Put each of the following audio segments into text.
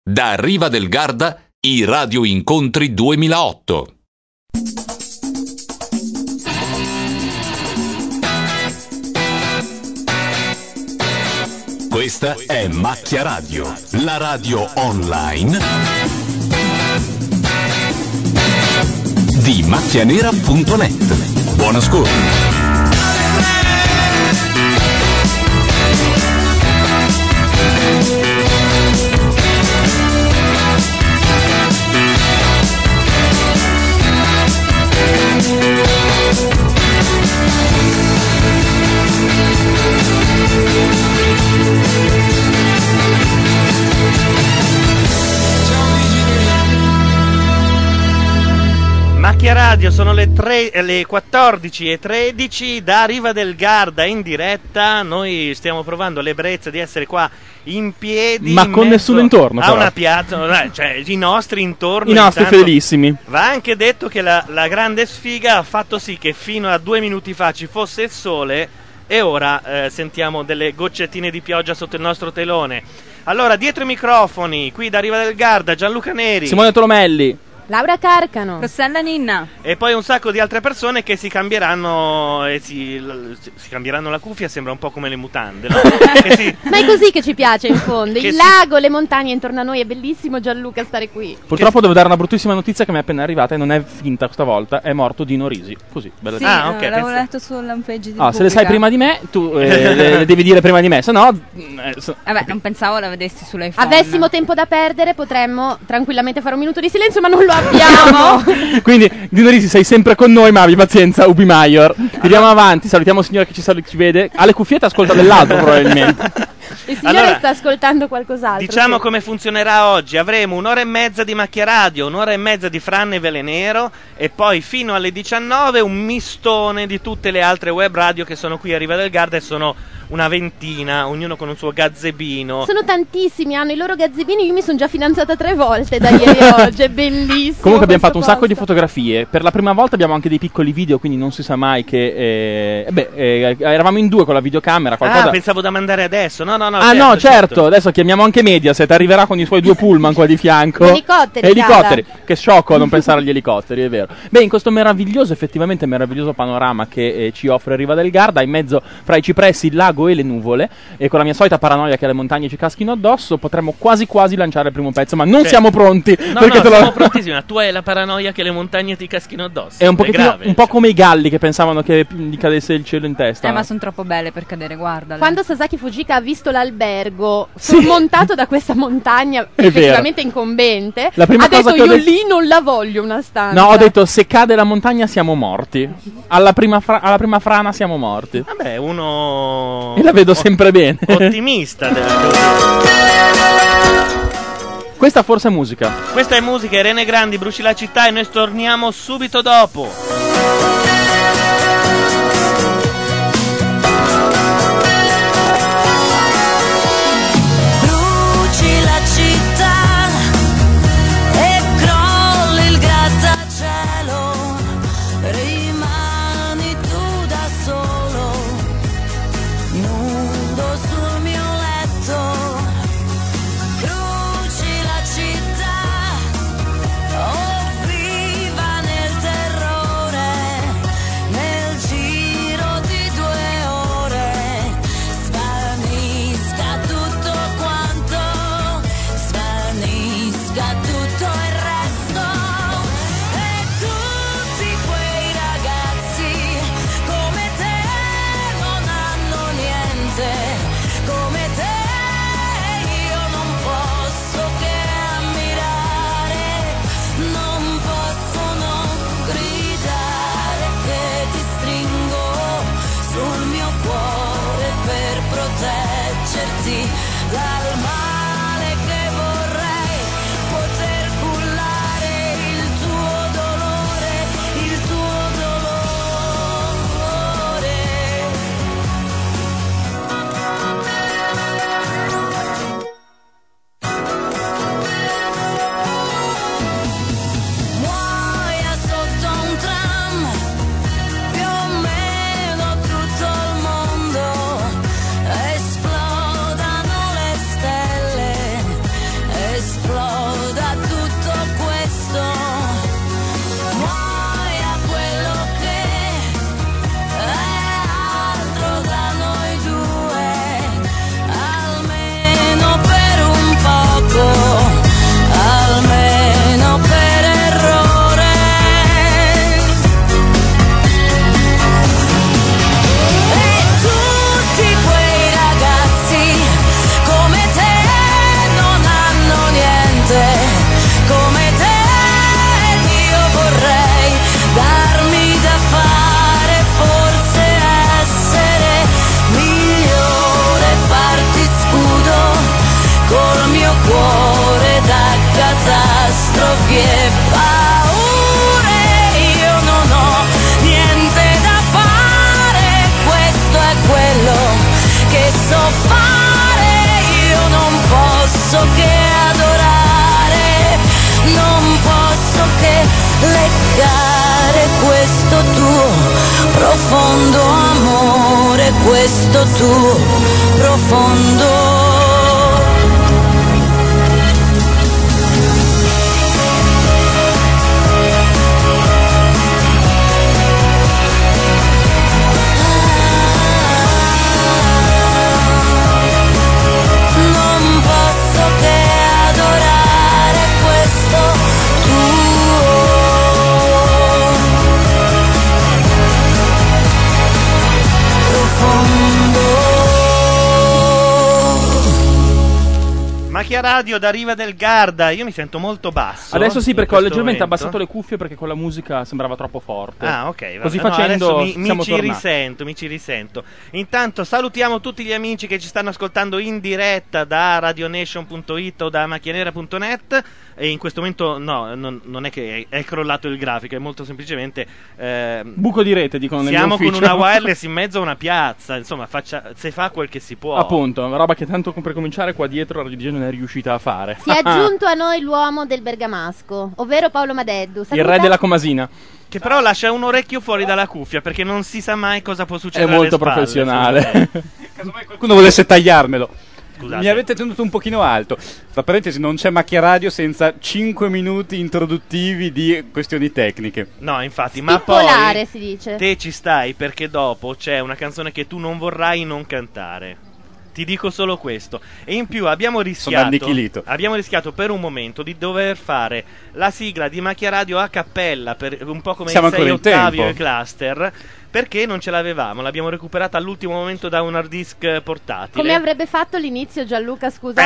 Da Riva del Garda, i Radio Incontri 2008. Questa è Macchia Radio, la radio online di macchianera.net. Buon ascolto. Macchia Radio, sono le 14:13 da Riva del Garda in diretta. Noi stiamo provando l'ebbrezza di essere qua in piedi, ma con nessuno intorno, a però. una piazza, cioè i nostri intorno. I nostri fedelissimi. Va anche detto che la grande sfiga ha fatto sì che fino a 2 minuti fa ci fosse il sole e ora sentiamo delle goccettine di pioggia sotto il nostro telone. Allora, dietro i microfoni, qui da Riva del Garda, Gianluca Neri, Simone Tolomelli, Laura Carcano, Rossella Ninna e poi un sacco di altre persone che si cambieranno si cambieranno la cuffia. Sembra un po' come le mutande, no? Ma è così che ci piace in fondo. Il lago, le montagne intorno a noi. È bellissimo, Gianluca, stare qui. Purtroppo devo dare una bruttissima notizia che mi è appena arrivata e non è finta stavolta. È morto Dino Risi. Così, bella. Sì, ok, l'avevo letto sulla page di se le sai prima di me, tu le devi dire prima di me, se no vabbè, non pensavo la vedessi sull'iPhone. Avessimo tempo da perdere, potremmo tranquillamente fare un minuto di silenzio, ma non lo abbiamo. Quindi Dino Risi, sei sempre con noi, ma abbi pazienza, Ubi Maior. Tiriamo avanti, salutiamo il signore che ci vede. Ha le cuffiette, ascolta dell'altro probabilmente. Il signore sta ascoltando qualcos'altro. Diciamo come funzionerà oggi. Avremo un'ora e mezza di Macchia Radio, un'ora e mezza di Franne Velenero e poi fino alle 19 un mistone di tutte le altre web radio che sono qui a Riva del Garda, e sono una ventina, ognuno con un suo gazzebino. Sono tantissimi, hanno i loro gazzebini. Io mi sono già fidanzata 3 volte da ieri a oggi. È bellissimo. Comunque abbiamo fatto un sacco di fotografie. Per la prima volta abbiamo anche dei piccoli video, quindi non si sa mai che eravamo in 2 con la videocamera. Qualcosa... pensavo da mandare adesso. No, certo. Adesso chiamiamo anche Mediaset, arriverà con i suoi 2 pullman qua di fianco. Elicotteri. Che sciocco a non pensare agli elicotteri, è vero. Beh, in questo effettivamente meraviglioso panorama che ci offre Riva del Garda, in mezzo fra i cipressi, il lago e le nuvole, e con la mia solita paranoia che le montagne ci caschino addosso, potremmo quasi cadere il primo pezzo, ma non siamo pronti. Siamo prontissimi. Tu hai la paranoia che le montagne ti caschino addosso. È un po' come i galli che pensavano che gli cadesse il cielo in testa. Ma sono troppo belle per cadere, guardale. Quando Sasaki Fujika ha visto l'albergo sormontato da questa montagna effettivamente incombente, ha detto io lì non la voglio una stanza. No, ho detto se cade la montagna siamo morti. Alla prima frana siamo morti. Vabbè, uno... E la vedo sempre bene. Ottimista. Questa forse è musica. Questa è musica, Irene Grandi, Bruci la città, e noi torniamo subito dopo. Più o meno tutto il mondo esploda profondo amore, questo tuo profondo. Macchia Radio da Riva del Garda, io mi sento molto basso. Adesso sì, perché ho leggermente momento. abbassato le cuffie perché con la musica sembrava troppo forte. Ah, ok. Così No, facendo adesso siamo tornati. mi ci risento. Intanto salutiamo tutti gli amici che ci stanno ascoltando in diretta da radionation.it o da macchianera.net. E in questo momento non è che è crollato il grafico, è molto semplicemente buco di rete, dicono siamo nell'ufficio. con una wireless in mezzo a una piazza, insomma, se fa quel che si può. Appunto, una roba che tanto per cominciare qua dietro la regia non è riuscita a fare. Si è aggiunto a noi l'uomo del bergamasco, ovvero Paolo Madeddu. Il re della Comasina. Che però lascia un orecchio fuori dalla cuffia perché non si sa mai cosa può succedere. È molto alle spalle, professionale. Casomai qualcuno volesse tagliarmelo. Scusate. Mi avete tenuto un pochino alto. Tra parentesi, non c'è Macchia Radio senza 5 minuti introduttivi di questioni tecniche. No, infatti, ma Spipolare, poi si dice. te ci stai perché dopo c'è una canzone che tu non vorrai non cantare. Ti dico solo questo. E in più abbiamo rischiato per un momento di dover fare la sigla di Macchia Radio a cappella, per un po' come Siamo i 6 ancora in Ottavio tempo. e Cluster, perché non ce l'avevamo, l'abbiamo recuperata all'ultimo momento da un hard disk portatile. Come avrebbe fatto l'inizio Gianluca, scusa?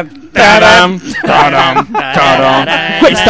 Questa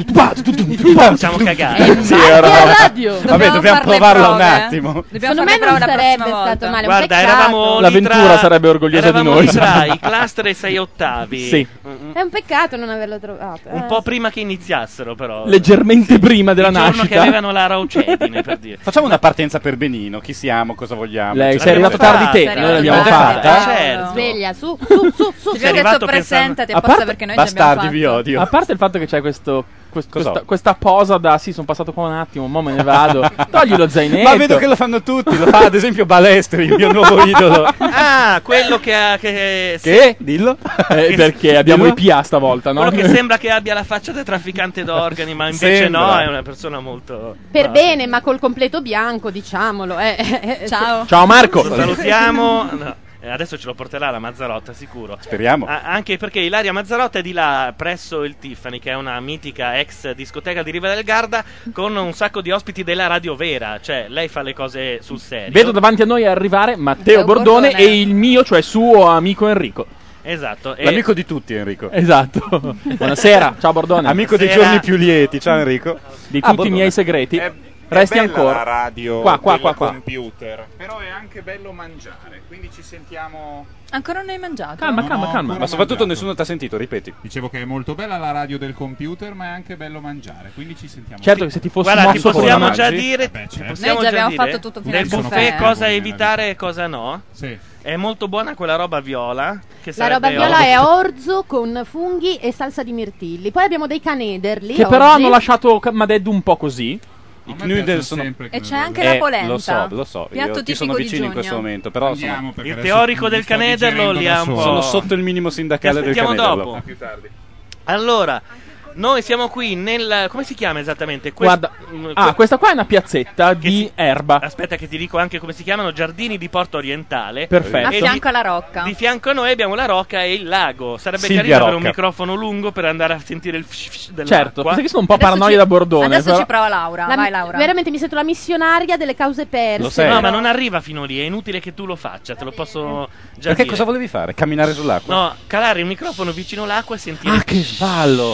facciamo cagare. Sì, Macchia Radio. Vabbè, dobbiamo farle provarlo prove, un attimo. Secondo me non sarebbe stato male. Guarda, un eravamo L'avventura sarebbe orgogliosa di noi. tra i Cluster e i 6 Ottavi. Sì. È un peccato non averlo trovato. Un po' prima che iniziassero, però. Leggermente prima della il giorno nascita. che avevano la Raucedine, per dire. Facciamo una partenza per Benino. Chi siamo? Cosa vogliamo? Lei Cioè, sei arrivato tardi te, fatta, noi l'abbiamo l'avete fatta. fatta? Certo. Sveglia, su. Ti abbiamo arrivato detto presentati A apposta parte- perché noi ci abbiamo Bastardi, fatto. vi odio. A parte il fatto che c'è Cos'ho? questa posa da sì, sono passato qua un attimo, mo me ne vado. Togli lo zainetto. Ma vedo che lo fanno tutti. Lo fa ad esempio Balestri, il mio nuovo idolo. Ah, quello che ha. Che? Dillo. Perché abbiamo i PA stavolta, no? Quello che sembra che abbia la faccia da trafficante d'organi, ma invece Sembra. no, è una persona molto. Per no. bene, ma col completo bianco, diciamolo. Ciao. Ciao Marco. Lo salutiamo. No. Adesso ce lo porterà la Mazzarotta, sicuro. Speriamo. Anche perché Ilaria Mazzarotta è di là presso il Tiffany, che è una mitica ex discoteca di Riva del Garda, con un sacco di ospiti della radio vera. Cioè, lei fa le cose sul serio. Vedo davanti a noi arrivare Matteo Bordone e il mio, cioè suo amico Enrico. Esatto. L'amico di tutti, Enrico. Esatto. Buonasera, ciao Bordone. Amico dei Buonasera. giorni più lieti. Ciao Enrico. Di tutti i miei segreti. Resti è bella ancora. la radio Qua. del computer, però è anche bello mangiare, quindi ci sentiamo. Ancora non hai mangiato? Calma. Ma soprattutto nessuno ti ha sentito, ripeti. Dicevo che è molto bella la radio del computer, ma è anche bello mangiare, quindi ci sentiamo. Certo che se ti fossi Guarda, ti mosso con la possiamo mangi. già dire. Beh, ti certo. possiamo Noi già già abbiamo dire fatto tutto fino del al buffet buffet. cosa evitare e cosa no. Sì. È molto buona quella roba viola. Che La roba sarebbe viola è orzo con funghi e salsa di mirtilli. Poi abbiamo dei canederli. Che però oggi. hanno lasciato Madeddu un po' così. I knudel sono... E c'è anche la polenta. Lo so. Piatto Io ti sono tipico di vicino in questo giugno. momento, però Andiamo, perché Il adesso teorico mi del sto canederlo digerendo li da ha un solo. po'. sono sotto il minimo sindacale del aspettiamo canederlo. dopo. A più tardi. Allora, noi siamo qui nel. Come si chiama esattamente? Guarda. Questa qua è una piazzetta di erba. Aspetta, che ti dico anche come si chiamano: Giardini di Porto Orientale. Perfetto. A E fianco alla rocca. Di fianco a noi abbiamo la rocca e il lago. Sarebbe Silvia carino avere un Rocca. microfono lungo per andare a sentire il dell'acqua. Certo, perché sono un po' Adesso paranoia ci- da Bordone. Adesso però- ci prova Laura. Vai Laura. Veramente mi sento la missionaria delle cause perse. Lo sei. No, ma non arriva fino lì, è inutile che tu lo faccia, te lo posso già Perché dire. cosa volevi fare? Camminare sull'acqua? No, calare il microfono vicino all'acqua e sentire. Ah, che sballo!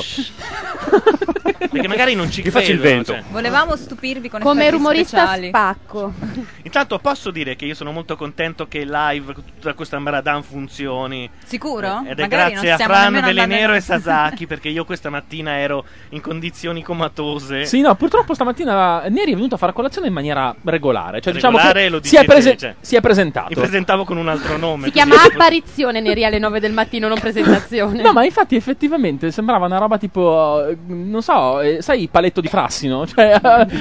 Perché magari non ci Che faccio il credono, vento. cioè. Volevamo stupirvi con Come effetti rumorista speciali. spacco. Intanto Intanto posso dire che io sono molto contento che live tutta questa Maradan funzioni. Sicuro? Ed è Magari grazie non a stiamo Fran nemmeno Velenero andando- e Sasaki, perché io questa mattina ero in condizioni comatose. Sì, no, purtroppo stamattina Neri è venuto a fare colazione in maniera regolare. Cioè, Regolare, diciamo lo che si è, dici te, cioè. si è presentato. Mi presentavo con un altro nome. Si così. chiama apparizione Neri alle 9 del mattino, non presentazione. No, ma infatti effettivamente sembrava una roba tipo, non so, sai il paletto di Frassino? Cioè,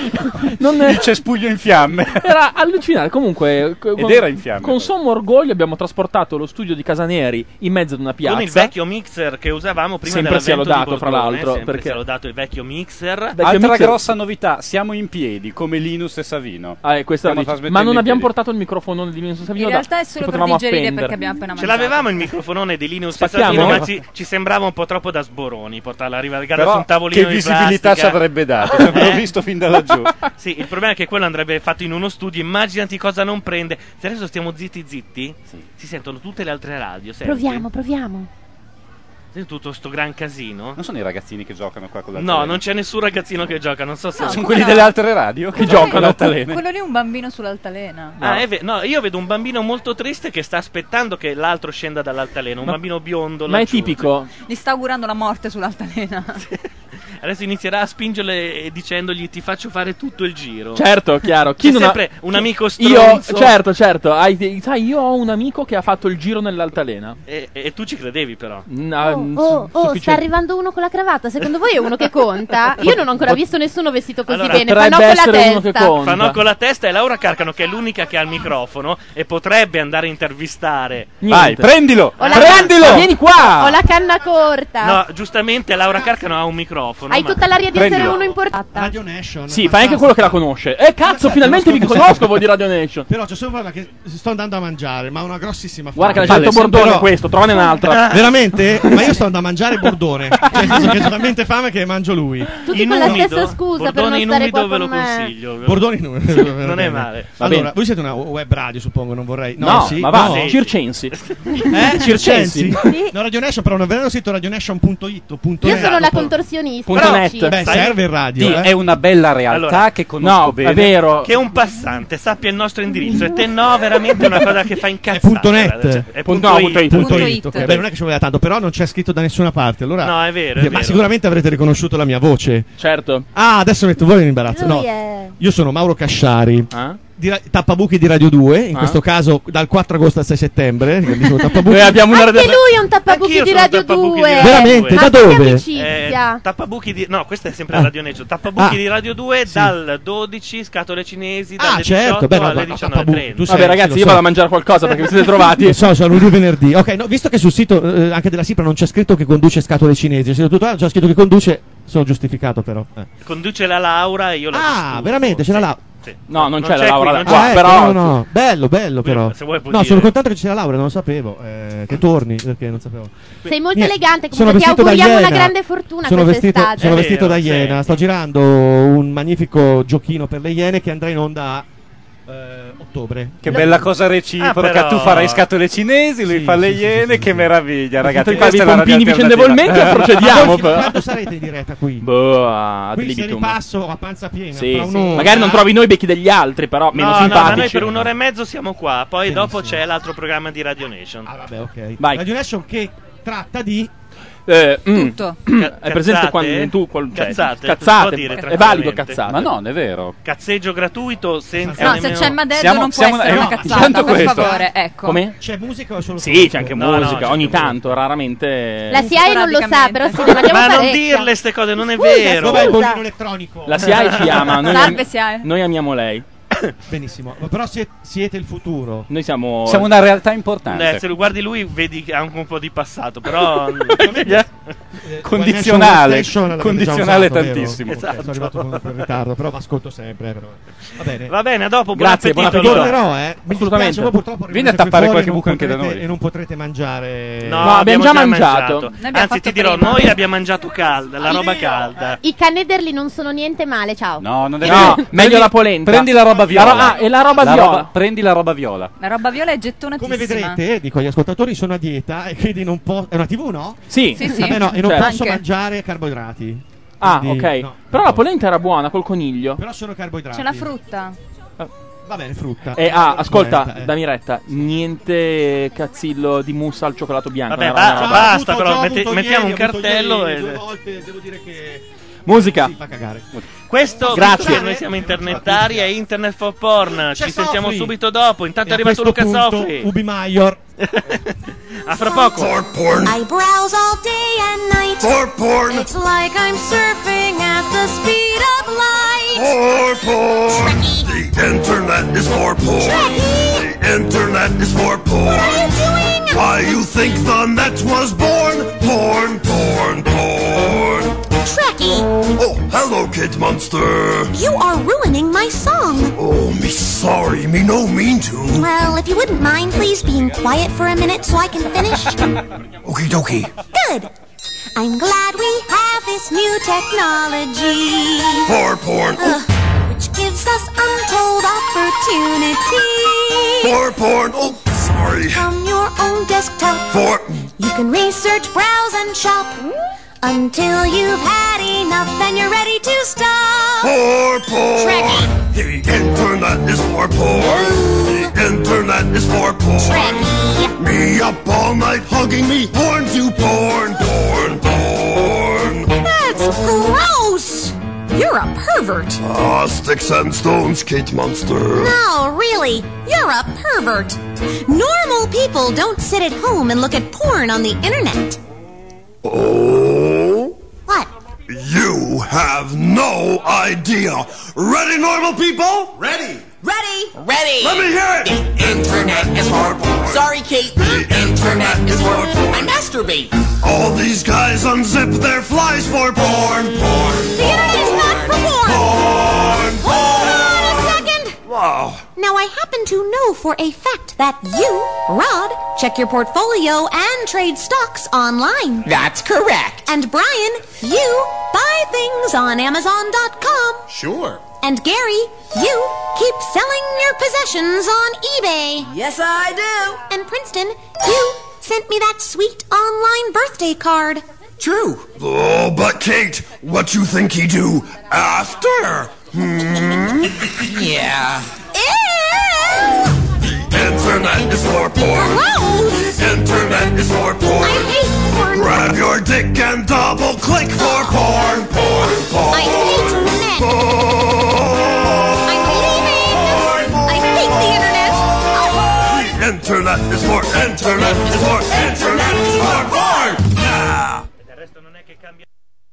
Il cespuglio in fiamme. era allucinante. Comunque, Ed era in fiamme. con sommo orgoglio abbiamo trasportato lo studio di Casaneri in mezzo ad una piazza. Con il vecchio mixer che usavamo prima Sempre sia dell'avvento lodato, di fra Bordone, l'altro, sempre perché- sia lodato il vecchio mixer. Altra mixer- grossa novità, siamo in piedi come Linus e Savino. Questa Stiamo dici. trasmettendo Ma non in abbiamo piedi. portato il microfono di Linus Savino. In realtà è solo per digerire perché abbiamo appena Ce mangiato. l'avevamo il microfonone di Linus e Spacchiamo? Savino, ma ci sembrava un po' troppo da sboroni portarla a rivalgare su Però un tavolino che di visibilità plastica. ci avrebbe dato, ci avremmo visto fin da laggiù. Sì, il problema è che quello andrebbe fatto in uno studio. Immaginati cosa non prende. Se adesso stiamo zitti, si sentono tutte le altre radio. Senti? Proviamo. Senti tutto sto gran casino. Non sono i ragazzini che giocano qua con No, l'altalena? non c'è nessun ragazzino che gioca. Non so se Sono quelli delle altre radio che giocano con l'altalena. Quello lì è un bambino sull'altalena. Ah, no, io vedo un bambino molto triste che sta aspettando che l'altro scenda dall'altalena. Un bambino biondo. Ma è laggiù. tipico. Gli sta augurando la morte sull'altalena. Adesso inizierà a spingerle e dicendogli ti faccio fare tutto il giro. Certo, chiaro. C'è non ha- sempre un amico Io, stronzo. certo. Sai, io ho un amico che ha fatto il giro nell'altalena. E tu ci credevi però. Sta arrivando uno con la cravatta. Secondo voi è uno che conta? Io non ho ancora visto nessuno vestito così Allora, bene. Fanò con la testa. Fanò con la testa e Laura Carcano, che è l'unica che ha il microfono e potrebbe andare a intervistare. Vai, prendilo! Ho la Prendilo! Vieni qua! Ho la canna corta. No, giustamente Laura Carcano ha un microfono. Hai ma- tutta l'aria di essere Prendilo. uno importante. Radio Nation. Sì, fai anche quello che la conosce. Cazzo, finalmente vi conosco voi di Radio Nation. Però c'è solo un problema che sto andando a mangiare, ma ho una grossissima fame. Guarda che l'ha scelto Bordone Però- questo, trovane un'altra. Veramente? Ma io sto andando a mangiare Bordone. Cioè, nel senso che ho talmente fame che mangio lui. Tutti In con la umido, stessa scusa per Bordone non in stare umido qua ve lo con me. consiglio. Bordone in umido. Non è male. Allora, voi siete una web radio, suppongo, non vorrei. No, sì? ma va, No. circensi. Circensi? Sì. No, Radio Nation, però non vedendo il sito radionation.it o .net. Io sono la contorsionista. Punto però net. ci- Beh, serve il radio. Sì, è una bella realtà Allora, che conosco No, bene. è vero. Che un passante sappia il nostro indirizzo e te no, veramente è una cosa che fa incazzare. È punto net. Cioè, è Punto punto no, it. punto .it, ok. Beh, non è che ci voleva tanto, però non c'è scritto da nessuna parte. Allora, No, è vero, è ma vero. sicuramente avrete riconosciuto la mia voce. Certo. Ah, adesso metto voi in imbarazzo. Lui No, è- io sono Mauro Casciari. Ah? Tappabuchi di Radio 2, in Ah. questo caso dal 4 agosto al 6 settembre. Grandissimo Tappabuchi. Noi abbiamo una Anche lui è un tappabuchi Anch'io di sono un Radio tappabuchi 2. di Radio Veramente? Ma Da che dove? amicizia. Tappabuchi di... No, questa è sempre Ah. Radio Neggio. Tappabuchi Ah. di Radio 2 Sì. dal 12, scatole cinesi, dalle Ah, certo, 18 beh, no, alle ma Tappabuchi, 19:30. tu sei- Vabbè, ragazzi, lo io so. vado a mangiare qualcosa perché vi siete trovati. Lo so, sono lunedì e venerdì. Ok, no, visto che sul sito anche della Sipra non c'è scritto che conduce scatole cinesi, c'è c'è scritto che conduce, sono giustificato però. Conduce la Laura e io la Ah, disturbo. veramente, c'è la Laura. Sì. No, non c'è la Laura qui, non da c'è. qua, ecco, però- no. Bello però. Se vuoi puoi No, dire. sono contento che ci sia la Laura, non lo sapevo. Che torni, perché non sapevo. Sei molto Niente, elegante, sono comunque ti vestito da auguriamo una Iena. grande fortuna Sono quest'estate. sono È vestito vero, da Iena, sì. sto girando un magnifico giochino per le Iene che andrà in onda a ottobre. Che bella cosa reciproca, Ah, però- tu farai scatole cinesi, lui Sì, fa le sì, iene, sì, che sì. meraviglia, ragazzi. Fate Questa i è la pompini radio vicendevolmente o alternativa. procediamo? Quando sarete in diretta qui? Boh, ad Qui se libitum. ripasso a panza piena. Sì, fra sì. un'ora. Magari non trovi noi i becchi degli altri, però meno No, simpatici. ma noi per un'ora e mezzo siamo qua, poi Benissimo. dopo c'è l'altro programma di Radio Nation. Ah, vabbè, ok. Vai. Radio Nation che tratta di Tutto. È presente Cazzate? quando tu cioè, Cazzate? cazzate, Può dire è valido tranquillamente. cazzate. Ma no, non è vero. Cazzeggio gratuito senza No, se nemmeno... c'è il Madeddo Siamo- non può siamo- essere una no, cazzata, intanto per questo. favore, ecco. Come? c'è musica o solo Sì, c'è anche No, no, musica, c'è ogni anche tanto, raramente. La SIAE non lo sa, però sì, ne mangiamo Ma non parecchia. dirle ste cose, non è Scusa, vero. Dov'è il Scusa. bollino elettronico? La SIAE ci ama, Salve, SIAE. noi amiamo lei. Benissimo, però siete il futuro. Noi siamo Siamo una realtà importante. Se lo guardi lui vedi che ha anche un po' di passato, però... Condizionale, Station l'avete condizionale già usato, vero? tantissimo. Ok, sono arrivato comunque in ritardo, però mi ascolto sempre. Però. Va bene. Va bene, a dopo, buon Grazie, buon appetito. appetito. allora. Tornerò, Mi Assolutamente. dispiace, ma purtroppo Vieni a rimanete tappare qui qualche fuori buco e anche da potrete- noi. E non potrete mangiare. No, No, abbiamo già mangiato. Noi abbiamo Anzi, fatto ti dirò, prima. noi abbiamo mangiato calda, la roba calda. I canederli non sono niente male, ciao. No, non è No, vero. meglio la polenta. Prendi la roba viola. e la roba viola. Prendi la roba viola. La roba viola è gettonatissima. Come vedrete, dico agli ascoltatori, sono a dieta e quindi non posso. È una TV, no? Sì. Sì, sì. Vabbè, no, e non Certo. posso Anche. mangiare carboidrati. Ah, Quindi, ok. no, Però no. la polenta era buona col coniglio. Però sono carboidrati. C'è la frutta. Va bene, frutta. Ascolta, dammi retta, niente cazzillo di mousse al cioccolato bianco. Vabbè, basta, però mettiamo un cartello e... 2 volte devo dire che... Musica. Fa cagare. Questo, grazie. Noi siamo internetari e Internet for Porn. Ci sentiamo Soffri. subito dopo. Intanto E è arrivato Luca Soffri. Ubi Maior. A fra poco. For porn. I browse all day and night. For porn. It's like I'm surfing at the speed of light. For porn. The internet is for porn. Trekkie. The internet is for porn. What are you doing? Why you think the net was born? Porn, porn, porn. Trekkie. Oh, hello, Kid Monster. You are ruining my song. Oh, me sorry, me no mean to. Well, if you wouldn't mind, please being quiet for a minute so I can finish. Okie dokie. Good. I'm glad we have this new technology. For porn. Which gives us untold opportunity. For porn. Oh, sorry. From your own desktop. For. You can research, browse, and shop. Until you've had enough and you're ready to stop. For porn. Trekkie. The internet is for porn. The internet is for porn. Trekkie. Me up all night hugging me horn to porn, porn, porn. That's gross. You're a pervert. Ah, sticks and stones, Kate Monster. No, really, you're a pervert. Normal people don't sit at home and look at porn on the internet. Oh? What? You have no idea. Ready, normal people? Ready. Ready? Let me hear it. The internet is for porn. Sorry, Kate. The internet is for porn. I masturbate. All these guys unzip their flies for porn, porn. The internet is not for porn. Porn. Hold on a second. Wow. Now, I happen to know for a fact that you, Rod, check your portfolio and trade stocks online. That's correct. And Brian, you buy things on Amazon.com. Sure. And Gary, you keep selling your possessions on eBay. Yes, I do. And Princeton, you sent me that sweet online birthday card. True. Oh, but Kate, what you think he do after? Yeah. Ew! The internet is for porn. Gross! The internet is for porn. I hate porn. Grab your dick and double click for porn, porn, porn. I hate men. Porn. I'm leaving. I hate the internet. The internet is for internet is for internet is for porn. Yeah. Del resto non è che cambia.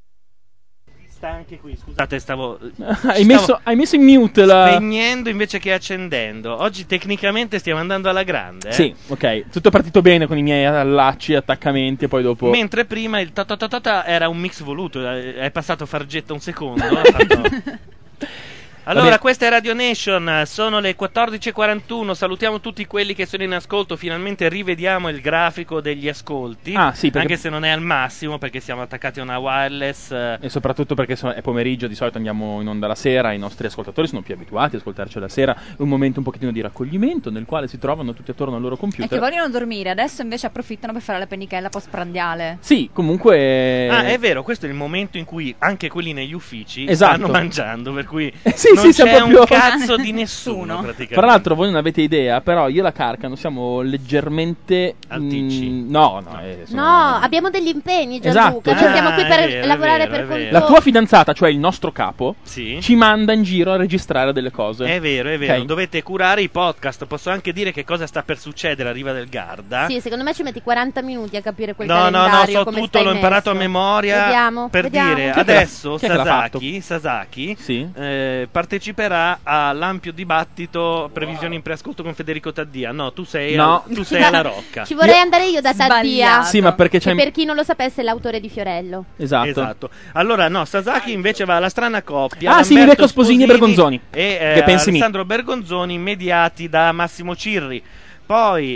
Sta anche qui, scusate, stavo Hai messo in mute la... spegnendo invece che accendendo. Oggi tecnicamente stiamo andando alla grande, eh? Sì, ok. Tutto è partito bene con i miei allacci, attaccamenti e poi dopo... Mentre prima il ta era un mix voluto, è passato Fargetta un secondo. Ha fatto... Allora, questa è Radio Nation, sono le 14.41, salutiamo tutti quelli che sono in ascolto, finalmente rivediamo il grafico degli ascolti, sì, anche se non è al massimo perché siamo attaccati a una wireless. E soprattutto perché è pomeriggio, di solito andiamo in onda la sera, i nostri ascoltatori sono più abituati a ascoltarci la sera, è un momento un pochettino di raccoglimento nel quale si trovano tutti attorno al loro E computer. che vogliono dormire, adesso invece approfittano per fare la pennichella postprandiale. Sì, comunque... È vero, questo è il momento in cui anche quelli negli uffici Esatto. stanno mangiando, per cui Sì, non siamo c'è proprio... un cazzo di nessuno praticamente. Tra l'altro voi non avete idea, però io e la Carcano siamo leggermente alticci. No, abbiamo degli impegni, Gianluca. Esatto. Noi siamo qui per è vero, lavorare è vero, per è conto. La tua fidanzata, cioè il nostro capo, Sì. ci manda in giro a registrare delle cose. È vero, Ok. dovete curare i podcast. Posso anche dire che cosa sta per succedere a Riva del Garda. Sì, secondo me ci metti 40 minuti a capire quel No, calendario. so come tutto, stai l'ho imparato a messo. memoria. Vediamo. Per dire, Chi è che adesso chi è che l'ha fatto? Sasaki Sì. parteciperà all'ampio dibattito previsioni in preascolto con Federico Taddia. No, tu sei No. alla Rocca. Ci vorrei andare io da Taddia. Sbagliato. Sì, ma perché c'è... Che per chi non lo sapesse è l'autore di Fiorello. Esatto. Allora, no, Sasaki invece va alla strana coppia. Ah, sì, Lamberto Rebecca Sposini e Bergonzoni. E Che pensi mi? Alessandro Bergonzoni, mediati da Massimo Cirri. Poi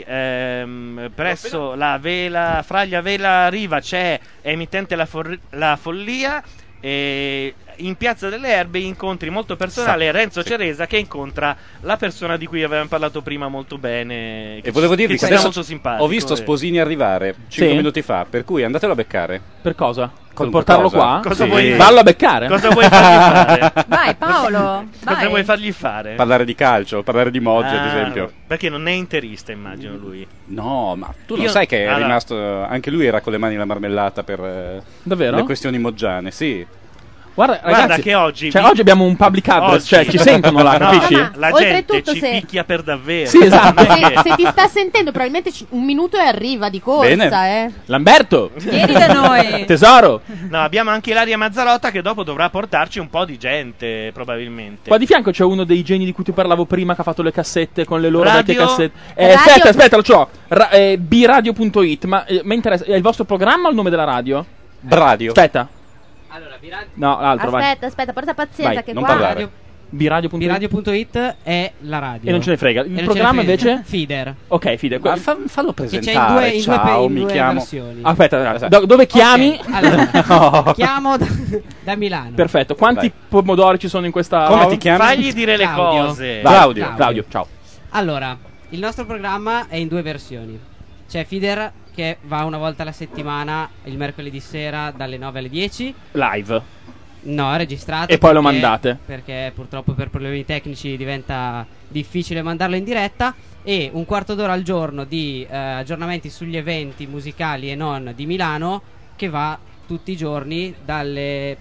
presso la Fraglia Vela Riva c'è emittente La Follia. E in Piazza delle Erbe incontri molto personale Renzo Ceresa che incontra la persona di cui avevamo parlato prima molto bene, E volevo dirvi che adesso molto simpatico. ho visto Sposini arrivare 5 minuti fa, per cui andatelo a beccare. Per cosa? Per Qualunque portarlo cosa. qua? Cosa vuoi dire? Vallo a beccare. Cosa vuoi fargli fare? Vai Paolo, Cosa vai. vuoi fargli fare? Parlare di calcio, parlare di Moggi ad esempio. Perché non è interista, immagino lui. No, ma tu non Io- sai che è allora- rimasto. Anche lui era con le mani nella marmellata per Davvero? le questioni moggiane, sì. Guarda, ragazzi, che oggi oggi abbiamo un public address, Oggi- cioè ci sentono là, No, capisci? la gente Oltretutto ci se- picchia per davvero. Sì, esatto. Se ti sta sentendo, probabilmente un minuto e arriva di corsa, Bene. Lamberto! Vieni da noi. Tesoro! No, abbiamo anche Ilaria Mazzarotta che dopo dovrà portarci un po' di gente, probabilmente. Qua di fianco c'è uno dei geni di cui ti parlavo prima che ha fatto le cassette con le loro Radio- vecchie cassette. Radio- Aspetta, lo c'ho. biradio.it, ma mi interessa, è il vostro programma o il nome della radio? Bradio. Aspetta. No, l'altro, vai. Aspetta, porta pazienza Vai, che non qua parlare. Biradio.it. Biradio.it è la radio. E non ce ne frega. E Il non programma ce ne frega. invece? Feeder. Ok, Feeder. Ma fallo Che c'è presentare. in Ciao, due mi chiamo. versioni. Aspetta, dove chiami? Ok, allora, No. chiamo da Milano. Perfetto. Quanti pomodori ci sono in questa Come ti chiami? Fagli dire le Claudio. cose. Vai, Claudio, ciao. Allora, il nostro programma è in due versioni. C'è Feeder che va una volta alla settimana, il mercoledì sera dalle 9 alle 10. Live. No, è registrato. E poi lo perché- mandate. Perché purtroppo per problemi tecnici diventa difficile mandarlo in diretta. E un quarto d'ora al giorno di aggiornamenti sugli eventi musicali e non di Milano, che va tutti i giorni dalle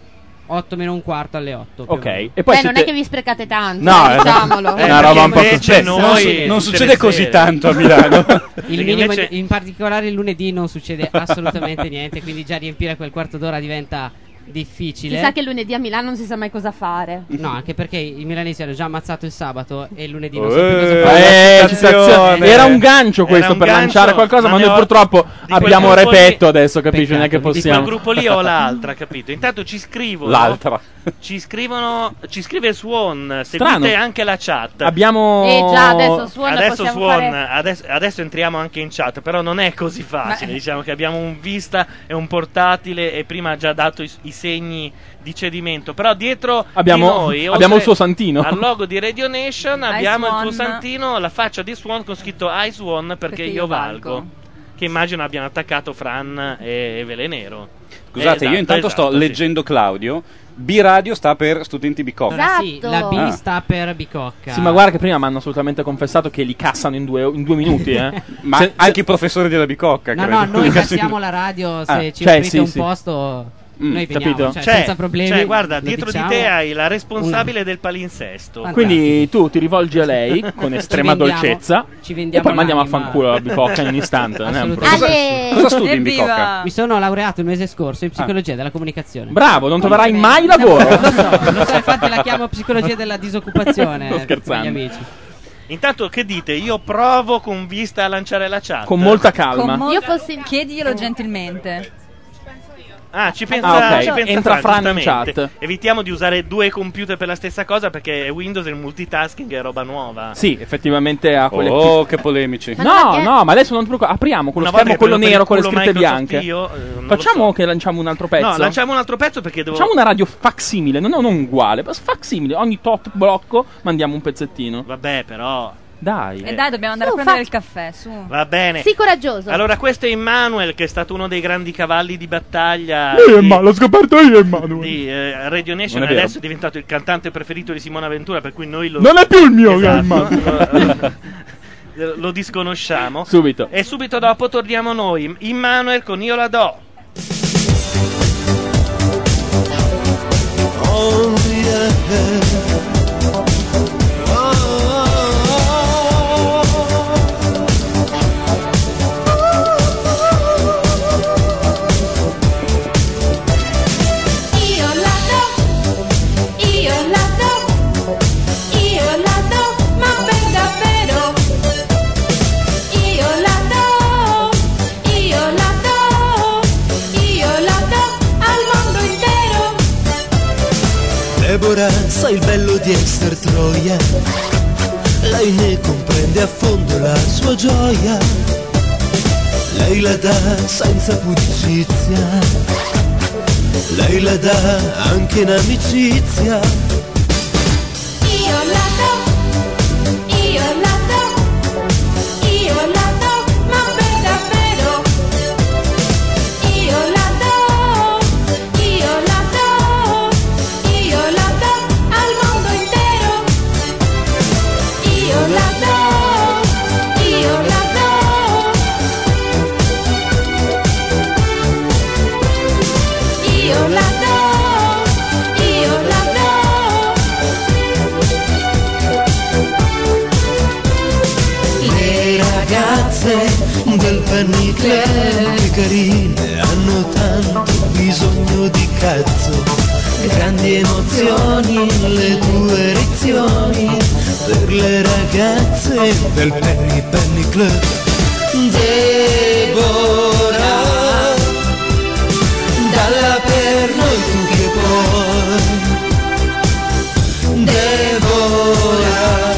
8 meno un quarto alle 8. più o Ok. meno. E poi non è che vi sprecate tanto, No, diciamolo. una roba un po' invece noi non tutte succede le così sere. tanto a Milano. Il Perché minimo, invece- in particolare il lunedì non succede assolutamente niente, quindi già riempire quel quarto d'ora diventa difficile. Si sa che lunedì a Milano non si sa mai cosa fare. No, anche perché i milanesi hanno già ammazzato il sabato e il lunedì non so più cosa fare. citazione. Era un gancio questo Era un per gancio, lanciare qualcosa, ma ne noi ho- purtroppo di quel abbiamo gruppo repetto lì- adesso, capisci? Non è che Di quel possiamo. gruppo lì o l'altra, capito? Intanto ci scrivono. L'altra. Ci scrive Swan. Strano. Seguite anche la chat. Abbiamo. già, adesso Swan Adesso possiamo Swan, fare... adesso entriamo anche in chat, però non è così facile. Diciamo che abbiamo un Vista e un portatile e prima ha già dato i segni di cedimento. Però dietro Abbiamo- di noi, abbiamo oltre il suo santino. al logo di Radio Nation abbiamo il tuo Swan. santino, la faccia di Swan con scritto I Swan perché io valgo. Che immagino abbiano attaccato Fran e Velenero. Scusate, io intanto sto sì. leggendo Claudio. B-Radio sta per studenti Bicocca. Esatto. Sì, la B Ah. sta per Bicocca. Sì, ma guarda che prima mi hanno assolutamente confessato che li cassano in due minuti, eh. Ma anche i professori della Bicocca. No, credo. no, noi cassiamo la radio se Ah, ci cioè, offrite sì, un sì. posto. Noi veniamo, capito? cioè, C'è, senza problemi. guarda, lo dietro diciamo. di te hai la responsabile del palinsesto. Quindi tu ti rivolgi a lei con estrema vendiamo- dolcezza ci e vendiamo poi mandiamo a l'anima. fanculo la Bicocca in un istante. Non è un problema. Ale! Cosa studi in Bicocca? Mi sono laureato il mese scorso in psicologia della comunicazione. Bravo, non troverai mai lavoro. Lo so, infatti la chiamo psicologia della disoccupazione. Sto scherzando. Per gli amici. Intanto che dite? Io provo con vista a lanciare la chat. Con molta calma. Io chiediglielo gentilmente. Ah, ci pensa, Ah, ok. ci pensa Entra Fran in giustamente. chat. Evitiamo di usare due computer per la stessa cosa perché Windows e il multitasking è roba nuova. Sì, effettivamente ha quelle Oh, che polemici. No, ma adesso non ti preoccupare. Apriamo quello Una volta schermo, che quello prendo nero per con il le culo scritte Microsoft bianche. io, non lo Facciamo so. che lanciamo un altro pezzo. No, lanciamo un altro pezzo perché devo... Facciamo una radio facsimile, non uguale, ma facsimile. Ogni tot blocco mandiamo un pezzettino. Vabbè, però... Dai. E dai, dobbiamo andare a prendere il caffè, su. Va bene. Sii coraggioso. Allora, questo è Immanuel, che è stato uno dei grandi cavalli di battaglia L'ho scoperto io, Emanuele. di Radio Nation. Non è vero. Adesso è diventato il cantante preferito di Simona Ventura, per cui noi lo... Non è più il mio, Esatto. Lo disconosciamo. Subito. E subito dopo torniamo noi. Immanuel con Io la do. Oh yeah. Ma per davvero io la do al mondo intero. Deborah sa il bello di esser Troia, lei ne comprende a fondo la sua gioia, lei la dà senza pudicizia, lei la dà anche in amicizia. Io la do, ma per davvero. Io la do al mondo intero. Io la do, io la do. Io la do, io la do. Le ragazze del Penny Club, che carine, hanno tanto bisogno di cazzo. Grandi emozioni, le tue erezioni, per le ragazze del Penny Club. Deborah, dalla per noi tu che puoi. Deborah.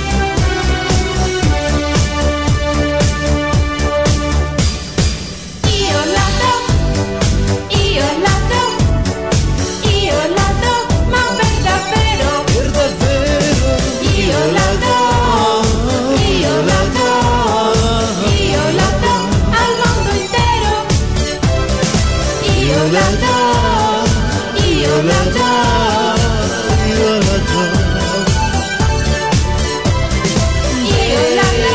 Ma per davvero. Io la do al mondo intero. Io la do, io la do. Io la do, io la do.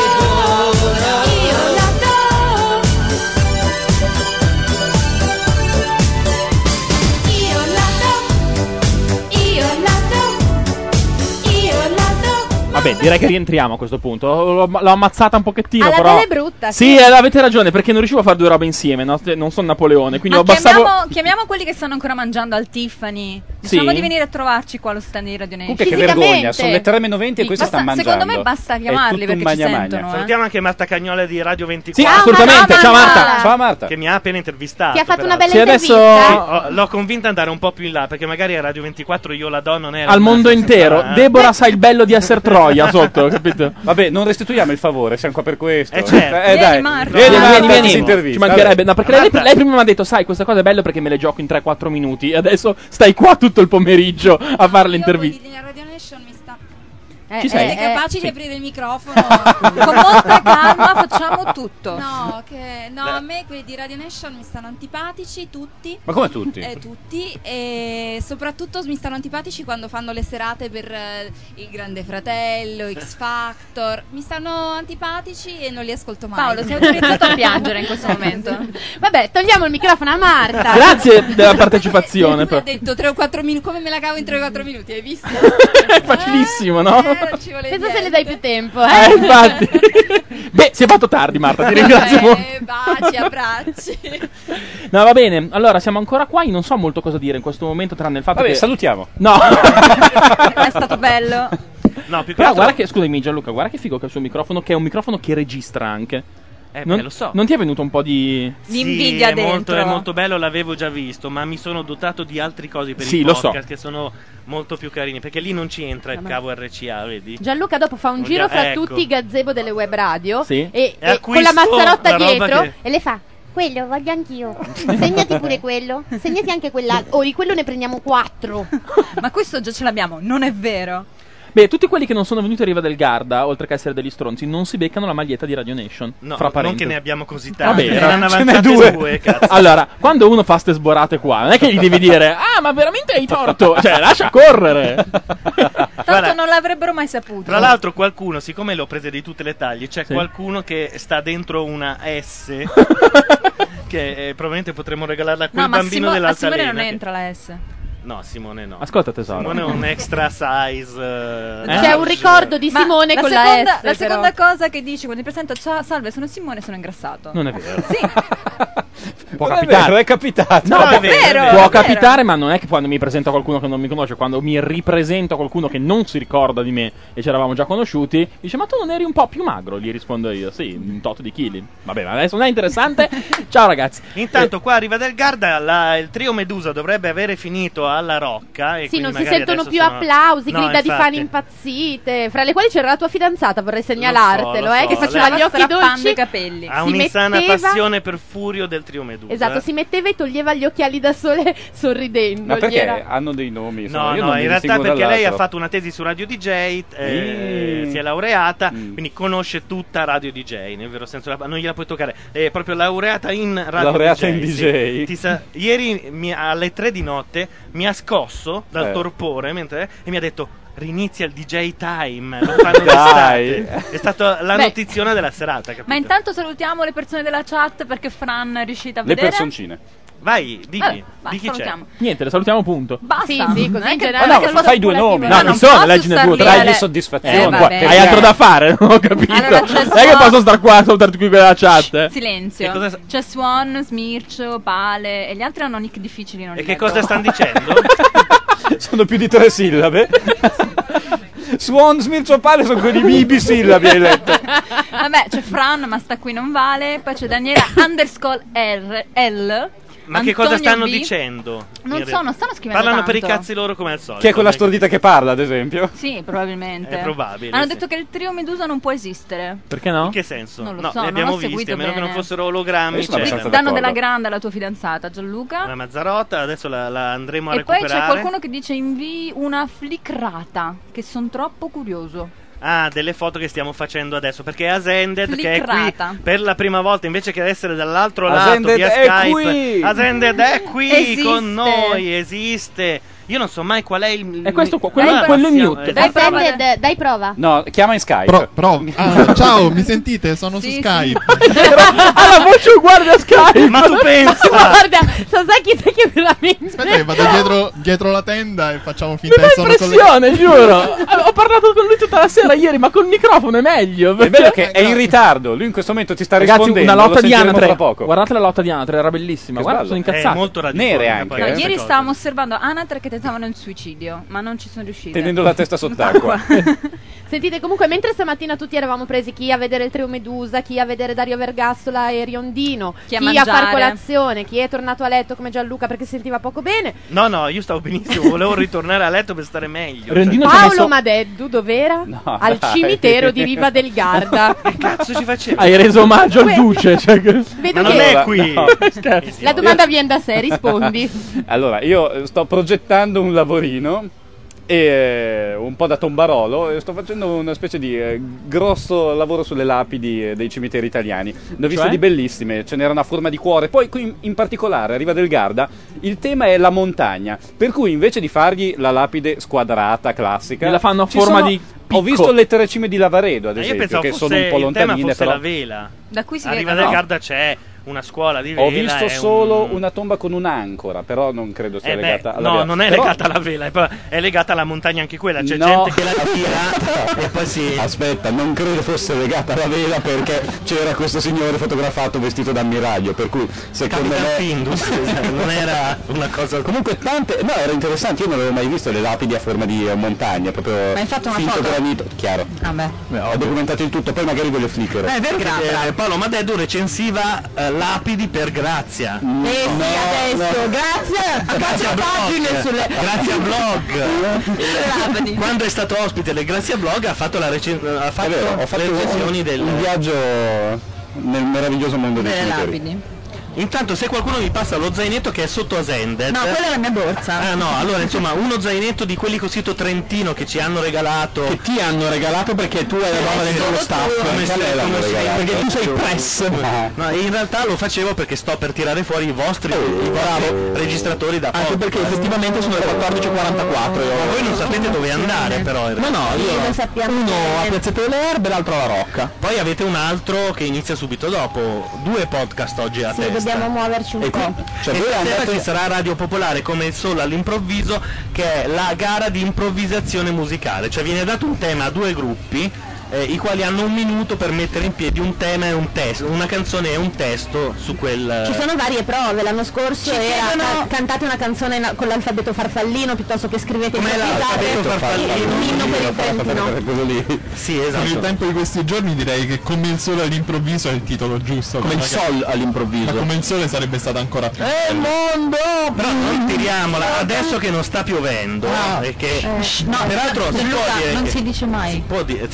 Vabbè, direi che rientriamo a questo punto. L'ho ammazzata un pochettino, Alla però. bella e brutta. Sì, avete ragione, perché non riuscivo a fare due robe insieme. No? Non sono Napoleone, quindi Ma abbassavo. chiamiamo quelli che stanno ancora mangiando al Tiffany. Diciamo Sì? di venire a trovarci qua allo stand di Radio Nation. Comunque che vergogna, sono le 3:20 e questi stanno mangiando. Secondo me basta chiamarli È tutto un perché ci magna magna. sentono. Salutiamo anche Marta Cagnola di Radio 24. Sì, assolutamente. Ciao Marta. Ciao Marta. Che mi ha appena intervistato. Ti ha fatto una peraltro. bella Sì, intervista. L'ho convinta ad andare un po' più in là, perché magari a Radio 24 io la do non era Al una mondo senza- intero. Deborah sa il bello di essere Troia sotto, capito? Vabbè, non restituiamo il favore, siamo qua per questo. Certo. Dai. Marta. Vieni, Vieni. si intervista. Ci mancherebbe. No, perché lei prima mi ha detto, sai, questa cosa è bella perché me le gioco in 3-4 minuti. E adesso stai qua tutto il pomeriggio a fare le interviste. Radio Nation mi sta. Ci sei? Siete capaci sì. di aprire il microfono? Con molta calma facciamo tutto. No, a me quelli di Radio Nation mi stanno antipatici tutti. Ma come tutti? Tutti, e soprattutto mi stanno antipatici quando fanno le serate per il Grande Fratello, X Factor. Mi stanno antipatici e non li ascolto mai. Paolo, sei autorizzato a piangere in questo momento. Vabbè, togliamo il microfono a Marta. Grazie della partecipazione. Ha detto 3 o 4 minuti, come me la cavo in 3 o 4 minuti, hai visto? È facilissimo, no? Pensa se le dai più tempo, Infatti. Beh, si è fatto tardi, Marta, ti ringrazio molto. Baci, abbracci. No, va bene. Allora, siamo ancora qua. Io non so molto cosa dire in questo momento, tranne il fatto Vabbè, che salutiamo. No. È stato bello. No, più che Però altro- guarda che, scusami Gianluca, guarda che figo che è il suo microfono, che è un microfono che registra anche. lo so. Non ti è venuto un po' di Di invidia è molto, dentro. è molto bello, l'avevo già visto, ma mi sono dotato di altri cosi per Sì, i lo so. podcast che sono molto più carini, perché lì non ci entra il cavo RCA, vedi? Gianluca dopo fa un giro fra Ecco. tutti i gazebo delle web radio Sì. e E con la acquisto mazzarotta la roba dietro che- e le fa: quello voglio anch'io. Segnati pure quello. Segnati anche quell'altro. O di quello ne prendiamo 4. Ma questo già ce l'abbiamo, non è vero? Beh, tutti quelli che non sono venuti a Riva del Garda, oltre che essere degli stronzi, non si beccano la maglietta di Radio Nation. No, fra non parentesi. che ne abbiamo così Vabbè, tante, ne erano ce n'è avanzate due. cazzo. Allora, quando uno fa ste sborate qua, non è che gli devi dire "Ah, ma veramente hai torto". Cioè, lascia correre. Tanto non l'avrebbero mai saputo. Tra l'altro qualcuno, siccome le ho prese di tutte le taglie, c'è Sì. qualcuno che sta dentro una S che probabilmente potremmo regalarla a quel No, ma bambino a dell'altalena. Simone non che- entra la S. No, Simone no. Ascolta tesoro. Simone è un extra size. C'è un ricordo di Ma Simone la con seconda, la S. la seconda cosa che dici quando ti presento, ciao, salve, sono Simone, sono ingrassato. Non è vero. Sì. Può Non è capitare. vero, è capitato. No, No, può, è vero, può è vero. capitare, ma non è che quando mi presento a qualcuno che non mi conosce, quando mi ripresento a qualcuno che non si ricorda di me e ci eravamo già conosciuti, dice "Ma tu non eri un po' più magro?" Gli rispondo io "Sì, un tot di chili". Vabbè, ma adesso non è interessante. Ciao ragazzi. Intanto qua arriva del Garda, il trio Medusa dovrebbe avere finito alla Rocca. E Sì, quindi non si magari sentono adesso più sono- applausi, No, grida di infatti. fan impazzite, fra le quali c'era la tua fidanzata, vorrei segnalartelo, lo so, che faceva lei- gli occhi strappando dolci i capelli. Ha si un'insana metteva- passione per Furio del trio trio Medusa. Esatto, si metteva e toglieva gli occhiali da sole sorridendo. Ma perché hanno dei nomi? No, Io non in mi realtà distingo perché lei ha dall'altro. fatto una tesi su Radio DJ, si è laureata, quindi conosce tutta Radio DJ, nel vero senso, non gliela puoi toccare. È proprio laureata in Radio Laureata DJ. in DJ. Sì. Ieri alle 3 di notte mi ha scosso dal torpore e mi ha detto: rinizia il DJ Time, lo fanno d'estate. È stata la notiziona della serata, capito? Ma intanto salutiamo le persone della chat perché Fran è riuscita a Le vedere. personcine. Vai, digli, di chi salutiamo. c'è? Niente, le salutiamo, punto. Basta. Sì, così in Ma generale. no, fai due nomi. No, non sono, leggine due. Dagli soddisfazione. Hai altro da fare, non ho capito. Allora, c'è Non è che posso star qua a saltarti qui con la chat. Silenzio. C'è Swan, Smircio, Pale e gli altri hanno nick difficili. Non E li che leggo. cosa stanno dicendo? Sono più di 3 sillabe. Swan, Smircio, Pale sono quelli bisillabi, hai letto. Vabbè, c'è Fran, ma sta qui non vale. Poi c'è Daniela _L. Ma che cosa Antonio stanno B. dicendo? Non so, non stanno scrivendo Parlano tanto. per i cazzi loro come al solito. Chi è quella stordita che parla, ad esempio? Sì, probabilmente. È probabile, Hanno sì. detto che il trio Medusa non può esistere. Perché no? In che senso? Non lo no, so, li non abbiamo ho visti, seguito a meno che bene. non fossero ologrammi. Io sono abbastanza Danno d'accordo. della grande alla tua fidanzata Gianluca. Una Mazzarotta, adesso la andremo a E poi recuperare. c'è qualcuno che dice invii una flickrata, che sono troppo curioso. Ah, delle foto che stiamo facendo adesso, perché Ascended, che è qui Flickrata. per la prima volta, invece che essere dall'altro Ascended lato via è Skype, qui! Ascended è qui Esiste. con noi, esiste. Io non so mai qual è il. È questo qua, Allora, quello è passiamo- mute. Dai prova. No, chiama in Skype. Ciao, mi sentite? Sono su Skype. Ha la voce uguale a Skype. Ma tu pensa? Guarda, sai chi veramente. Aspetta che vado dietro la tenda e facciamo finta Mi che fa sono impressione, giuro. Ho parlato con lui tutta la sera ieri, ma col microfono è meglio. È bello che è in ritardo. Lui in questo momento ti sta Ragazzi, rispondendo. una lotta lo di sentiremo anatre. tra poco. Guardate la lotta di anatre, era bellissima. Che Guarda, bello. sono incazzato. È molto radiofonica, Nere anche, poi, No, queste ieri cose. stavamo osservando anatre che tentavano il suicidio, ma non ci sono riuscite. Tenendo la testa sott'acqua. Sentite, comunque, mentre stamattina tutti eravamo presi chi a vedere il trio Medusa, chi a vedere Dario Vergassola e Riondino, Chi a a mangiare. far colazione, chi è tornato a letto come Gianluca perché si sentiva poco bene. No, io stavo benissimo, volevo ritornare a letto per stare meglio. Rendino ci ha Paolo messo- Madeddu, dov'era? No, Al dai. cimitero di Riva del Garda. Che cazzo ci faceva? Hai reso omaggio al duce. Cioè... Vedo Ma non che è qui. No. la domanda viene da sé, rispondi. Allora, io sto progettando un lavorino e un po' da tombarolo e sto facendo una specie di grosso lavoro sulle lapidi dei cimiteri italiani. Ne ho viste Cioè? di bellissime, ce n'era una a forma di cuore. Poi qui in particolare a Riva del Garda il tema è la montagna, per cui invece di fargli la lapide squadrata classica La fanno a ci forma sono- di Ho visto le tre cime di Lavaredo, ad Ma io esempio, pensavo che fosse sono un po' il tema lontanine, fosse però la vela. Da cui si A vede, Riva del no? Garda c'è una scuola di vela. ho visto è solo un- una tomba con un'ancora, però non credo sia Eh beh, legata alla no, vela. non è Però- legata alla vela, è legata alla montagna anche quella. C'è No. gente che la tira e poi si. Aspetta, non credo fosse legata alla vela perché c'era questo signore fotografato vestito da ammiraglio, per cui secondo Capitan me Findus, non era una cosa. Comunque tante, no, era interessante, io non avevo mai visto le lapidi a forma di montagna, proprio Ma hai fatto una finto foto? granito, chiaro. Vabbè. Ho documentato il tutto, poi magari ve le flicker. È vero che Paolo Madeddu recensiva lapidi per Grazia. adesso, grazie a pagine sulle Grazie a blog. Quando è stato ospite del Grazia Blog ha fatto ha fatto, È vero, ho le fatto recensioni del un viaggio nel meraviglioso mondo dei Delle cimiteri. lapidi. Intanto se qualcuno mi passa lo zainetto che è sotto Ascended. No, quella è la mia borsa. Ah no, allora insomma uno zainetto di quelli così Trentino che ci hanno regalato. Che ti hanno regalato perché tu hai la roba dentro lo staff. Perché tu sei press. No, in realtà lo facevo perché sto per tirare fuori i vostri registratori da Anche perché effettivamente sono le 14.44. Ma voi non sapete dove andare però. Ma no, Lo sappiamo uno a bene. Piazzetta delle Erbe e l'altro alla Rocca. Poi avete un altro che inizia subito dopo. 2 podcast oggi a testa. Dobbiamo muoverci un po'. Cioè E voi stasera andate ci sarà Radio Popolare come il sole all'improvviso, che è la gara di improvvisazione musicale, cioè viene dato un tema a 2 gruppi i quali hanno 1 minuto per mettere in piedi un tema e un testo, una canzone e un testo su quel. Ci sono varie prove, l'anno scorso Ci era chiedono- cantate una canzone con l'alfabeto farfallino piuttosto che scrivete Com'è l'alfabeto farfallino? L'inno per il Trentino. quello lì. Sì, Per esatto. il tempo di questi giorni direi che Come il sole all'improvviso è il titolo giusto. Come il sol all'improvviso. Ma Come il sole sarebbe stato ancora più. mondo! Però non tiriamola adesso che non sta piovendo. Perché No, peraltro si può Luca, dire non che- si dice mai. può dire, sì, perché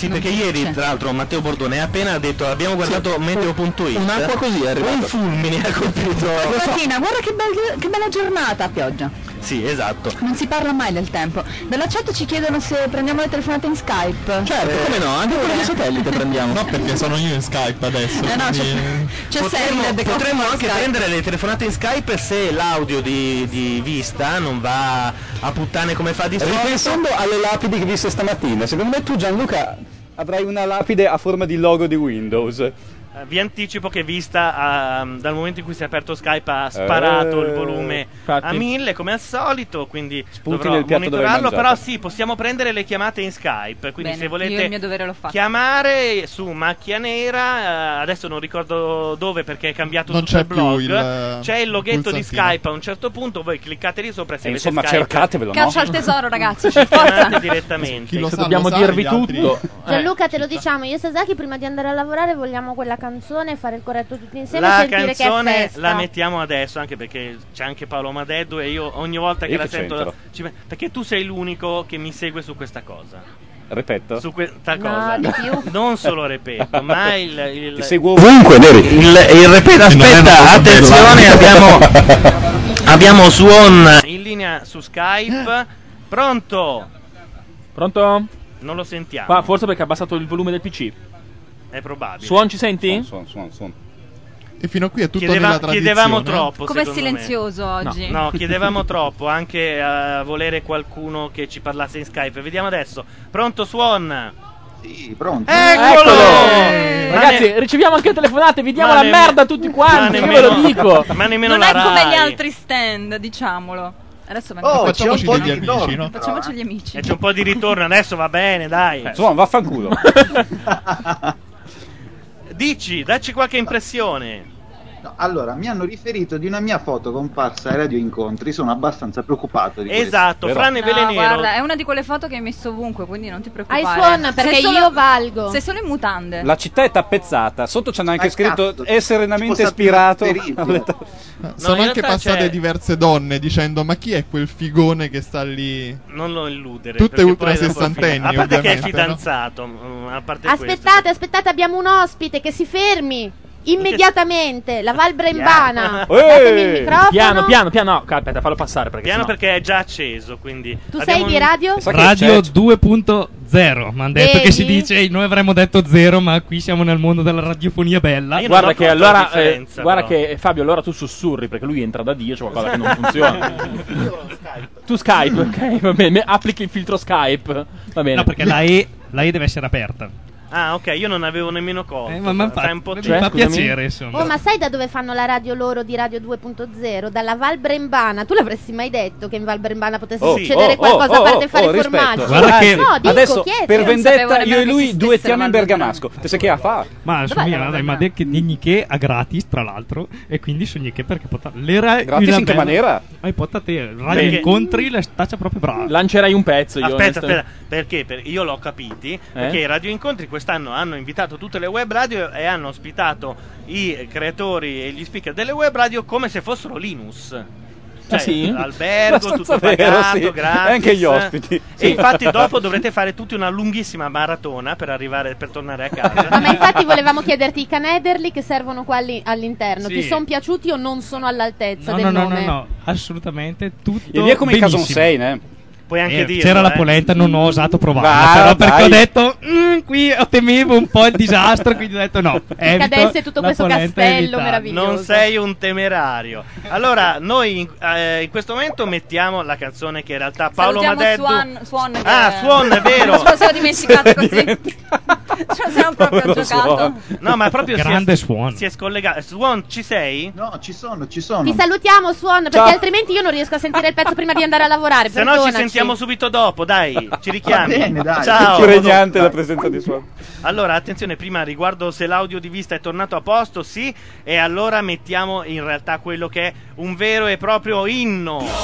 ieri, tra l'altro, Matteo Bordone ha appena detto, abbiamo guardato meteo.it. Un'acqua così è arrivata. Un fulmine ha colpito. Martina, guarda che bella giornata a pioggia. Sì, esatto. Non si parla mai del tempo. Dalla chat ci chiedono se prendiamo le telefonate in Skype. Certo, come no, anche per il satellite prendiamo. No, perché sono io in Skype adesso. No, c'è Serine Potremmo anche prendere le telefonate in Skype se l'audio di Vista non va a puttane come fa di solito. Ripensando alle lapidi che viste stamattina, secondo me tu, Gianluca, avrai una lapide a forma di logo di Windows. Vi anticipo che Vista dal momento in cui si è aperto Skype ha sparato il volume a 1000 come al solito, quindi spunti dovrò nel piatto dove monitorarlo, hai però sì, possiamo prendere le chiamate in Skype, quindi Bene, se volete io il mio dovere l'ho fatto. chiamare su Macchia Nera, adesso non ricordo dove perché è cambiato Non tutto il c'è più blog, c'è il loghetto di pulsantino. Skype a un certo punto, voi cliccate lì sopra se avete Insomma, Skype, cercatevelo, Caccia no? al tesoro, ragazzi. chiamate direttamente. Chi lo sa, dobbiamo lo sa, dirvi gli altri- tutto. Gianluca, te lo diciamo, io e Sasaki prima di andare a lavorare vogliamo quella canzone, fare il corretto tutti insieme e La sentire che è canzone festa. la mettiamo adesso, anche perché c'è anche Paolo Madeddu e io ogni volta che Io la che sento c'entro? perché tu sei l'unico che mi segue su questa cosa. Ripeto. Su questa No, cosa. di più. Non solo ripeto, ma il Ti seguo ovunque, Neri. il ripeto, aspetta, attenzione, abbiamo Suon in linea su Skype. Pronto? Pronto? Non lo sentiamo. Qua, forse perché ha abbassato il volume del PC. È probabile. Suon, ci senti? Suon. E fino a qui è tutto nella tradizione. Chiedevamo troppo. Com'è secondo me. silenzioso oggi? No, chiedevamo troppo, anche a volere qualcuno che ci parlasse in Skype. Vediamo adesso. Pronto, Suon? Sì, pronto. Eccolo! Ragazzi, riceviamo anche telefonate, vi diamo Ma la merda a tutti quanti, io ve lo dico. Ma nemmeno Non la è come Rai. gli altri stand, diciamolo. Adesso vengo. Oh, c'è Facciamoci un po' degli di amici, ritorno, no? Facciamoci gli amici. E c'è un po' di ritorno, adesso va bene, dai. Suon, vaffanculo. Dici, dacci qualche impressione. No, allora, mi hanno riferito di una mia foto comparsa ai Radio Incontri, sono abbastanza preoccupato di questo. Esatto, Franne No, Velenero. guarda, è una di quelle foto che hai messo ovunque, quindi non ti preoccupare. Hai Suon, perché Sei solo- io valgo. Sei solo in mutande. La città è tappezzata. Sotto c'hanno anche scritto cazzo, è serenamente tipo ispirato. Saturno Sono in anche realtà passate c'è- diverse donne dicendo ma chi è quel figone che sta lì? Non lo illudere. Tutte perché ultra poi dopo- sessantenni, A parte che è ovviamente, fidanzato. A parte Aspettate, abbiamo un ospite che si fermi immediatamente, la Val Brembana. Ehi! Datemi il microfono. Piano, no, aspetta, fallo passare perché Piano sennò- perché è già acceso, quindi Tu sei di radio? Radio 2.0, mi hanno detto Vedi? che si dice, noi avremmo detto 0, ma qui siamo nel mondo della radiofonia bella. io non Guarda ho che capito allora la differenza, guarda però. che Fabio, allora tu sussurri perché lui entra da Dio, c'è qualcosa che non funziona. Tu Skype, ok, va bene, applichi il filtro Skype. Va bene. No, perché la E deve essere aperta. Ah, ok, io non avevo nemmeno colto. ma Fai un po' mi te. fa piacere, insomma. Oh, ma sai da dove fanno la radio loro di Radio 2.0? Dalla Val Brembana. Tu l'avresti mai detto che in Val Brembana potesse succedere qualcosa a parte fare i formaggi? Guarda che no, dico, Adesso chiedi. per Non vendetta sapevo io e nemmeno che lui esistesse duettiamo la in Val bergamasco. Te sai che ha fa? Ma Dov'è la Val ma che digni che a gratis, tra l'altro, e quindi sogni che perché Gratis in che maniera? Hai potate radio Perché- incontri, la staccia proprio brava. Lancerai un pezzo io. Aspetta, perché? Io l'ho capiti. Perché i Radio Incontri quest'anno hanno invitato tutte le web radio e hanno ospitato i creatori e gli speaker delle web radio come se fossero Linus. Cioè, sì? Albergo, Abbastanza tutto vero, pagato, sì. gratis. E anche gli ospiti. E Sì. infatti dopo dovrete fare tutti una lunghissima maratona per tornare a casa. Ma infatti volevamo chiederti i canederli che servono qua all'interno. Sì. Ti sono piaciuti o non sono all'altezza No, del no, nome? no, assolutamente tutto. E via come in benissimo. Cason 6, né? Puoi anche dirlo, c'era la polenta, non ho osato provarla. Va, Però perché dai. ho detto qui temevo un po' il disastro, quindi ho detto no. evito cadesse tutto la questo polenta, castello evitare. meraviglioso. Non sei un temerario. Allora, noi in questo momento mettiamo la canzone che in realtà Paolo Salutiamo Madeddu. Suon, che Suon, è vero. Non se lo dimenticato così. Ce lo siamo proprio giocato. No, ma proprio Grande Suon. si è scollegato. Suon, ci sei? No, ci sono. Ti salutiamo, Suon, perché Ciao. altrimenti io non riesco a sentire il pezzo prima di andare a lavorare. Se no ci perdonaci. sentiamo subito dopo, dai, ci richiami. Va bene, dai. Ciao. Più regnante la presenza di Suon. Allora, attenzione, prima riguardo se l'audio di Vista è tornato a posto, sì, e allora mettiamo in realtà quello che è un vero e proprio inno. Non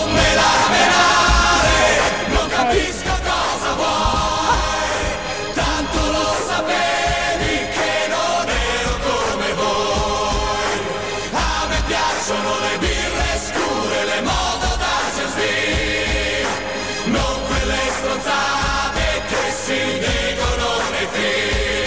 capisco cosa vuoi, tanto lo sapevi che non ero come voi. A me piacciono le birre scure, le moto da Jasmine, non quelle stronzate che si dicono nei film.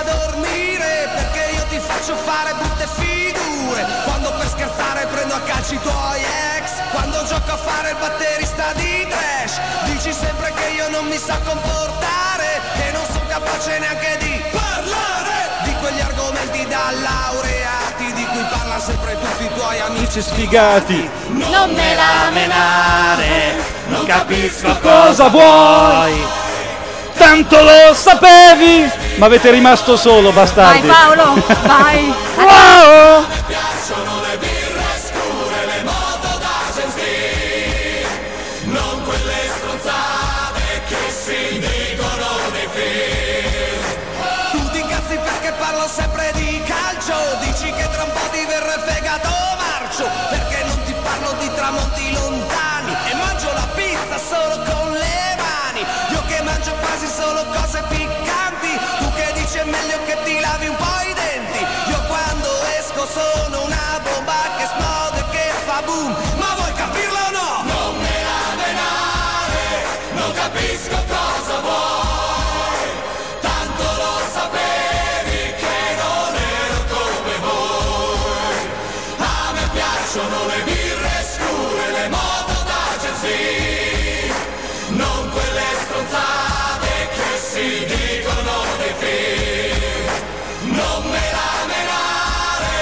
a dormire, perché io ti faccio fare brutte figure. Quando per scherzare prendo a calci i tuoi ex, quando gioco a fare il batterista di trash, dici sempre che io non mi so comportare, che non sono capace neanche di parlare di quegli argomenti da laureati di cui parla sempre tutti i tuoi amici sfigati. Non me la menare, non capisco cosa vuoi. Tanto lo sapevi, ma avete rimasto solo, bastardi. Vai Paolo, vai. Wow! Mi piacciono le birre scure, le moto da gentile, non quelle stronzate che si dicono nei film. Tu ti incazzi perché parlo sempre di calcio, dici che tra un po' ti verrà fegato marcio, perché non ti parlo di tramonti lontani e mangio la pizza solo con le mani. Io che mangio quasi solo cose piccanti, tu che dici è meglio che ti lavi un po' i denti. Io quando esco sono una bomba che esplode e che fa boom, ma vuoi capirlo o no? Non me la menare, non capisco cosa vuoi, tanto lo sapevi che non ero come voi. A me piacciono le birre scure, le moto da agenzia, non quelle stronzate che si dicono nei film. Non me la menare,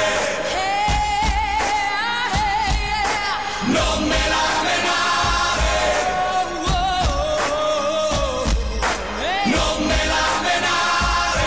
non me la menare, non me la menare.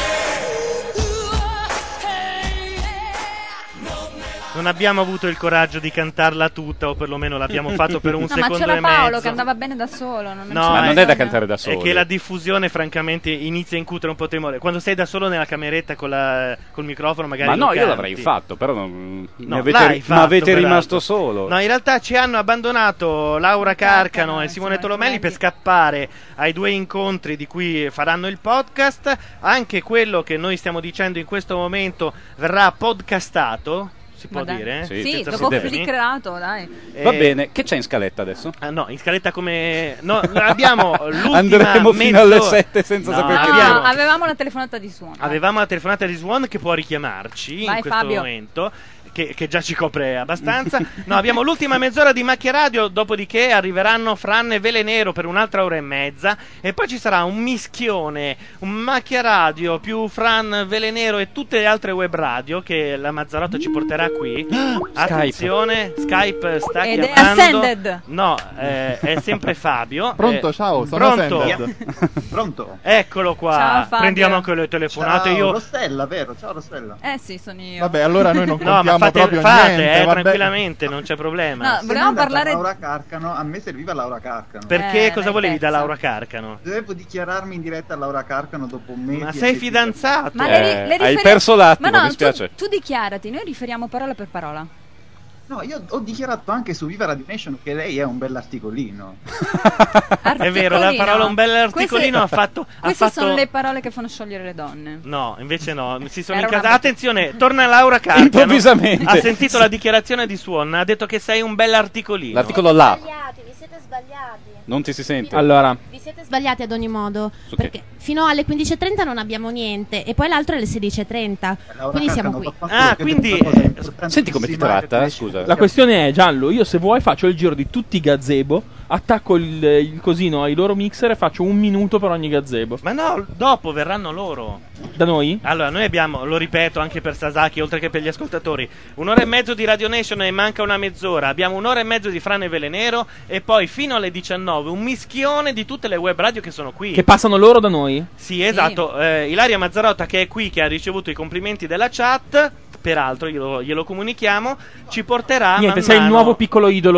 Non abbiamo avuto il coraggio di cantarla tutta, o perlomeno l'abbiamo fatto per un No, ma secondo c'era e Paolo mezzo. che andava bene da solo. Non No, Ma non è da cantare da È solo. che la diffusione, francamente, inizia a incutere un po' timore. Quando sei da solo nella cameretta col microfono, magari. Ma no, lo io canti. l'avrei fatto, però non No, mi l'hai avete, fatto, ma avete peraltro. rimasto solo. No, in realtà ci hanno abbandonato Laura Carcano e Simone Tolomelli per scappare ai 2 incontri di cui faranno il podcast. Anche quello che noi stiamo dicendo in questo momento verrà podcastato. Si può Ma dai. dire? Sì, Sì, Senza dopo problemi? flickerato, dai. Va bene, che c'è in scaletta adesso? Ah, no, in scaletta come. No, abbiamo l'ultima Andremo fino alle 7 senza No, sapere che abbiamo- dire. Avevamo la telefonata di suono. Avevamo la telefonata di Swan che può richiamarci Vai, in questo Fabio. momento. Che già ci copre abbastanza. No, abbiamo l'ultima mezz'ora di Macchia Radio, dopodiché arriveranno Fran e Velenero per un'altra ora e mezza e poi ci sarà un mischione, un Macchia Radio più Fran, Velenero e tutte le altre web radio che la Mazzarotta ci porterà qui. Attenzione, Skype sta Ed è chiamando. Ascended. No, è sempre Fabio. Pronto, ciao, sono pronto. Ascended. Pronto? Eccolo qua. Ciao, Fabio. Prendiamo anche le telefonate. Ciao, Io Rossella, vero? Ciao Rossella. Sì, sono io. Vabbè, allora noi non No, ma contiamo proprio fate, niente, vabbè. tranquillamente, non c'è problema. No, Se volevamo non da parlare. Laura Carcano, a me serviva Laura Carcano. Perché cosa l'hai volevi da persa. Laura Carcano? Dovevo dichiararmi in diretta a Laura Carcano dopo un mese. Ma sei fidanzato? Ma hai riferi- perso l'attimo, Ma no, mi spiace. tu dichiarati, noi riferiamo parola per parola. No, io ho dichiarato anche su Viva Radio Nation che lei è un bell'articolino. È vero, la parola un bell'articolino ha fatto. Queste sono le parole che fanno sciogliere le donne. No, invece no, si sono Era una incasati. Attenzione, torna Laura Carcano. Improvvisamente. Ha sentito la dichiarazione di Suon, ha detto che sei un bell'articolino. L'articolo là. Vi siete sbagliati. Non ti si sente. Allora, Vi siete sbagliati ad ogni modo. Su che? Perché fino alle 15:30 non abbiamo niente. E poi l'altro è alle 16:30. Quindi siamo qui. Ah, quindi. Senti come ti tratta, scusa. la questione è, Gianlu, io se vuoi faccio il giro di tutti i gazebo, attacco il cosino ai loro mixer e faccio 1 minuto per ogni gazebo. Ma no, dopo verranno loro. Da noi? Allora, noi abbiamo, lo ripeto anche per Sasaki, oltre che per gli ascoltatori, 1 ora e mezzo di Radio Nation e manca una mezz'ora. Abbiamo 1 ora e mezzo di Fran e Velenero e poi fino alle 19 un mischione di tutte le web radio che sono qui. Che passano loro da noi? Sì, esatto. Ilaria Mazzarotta, che è qui, che ha ricevuto i complimenti della chat, peraltro glielo comunichiamo, ci porterà. Niente, man sei il mano- nuovo piccolo idolo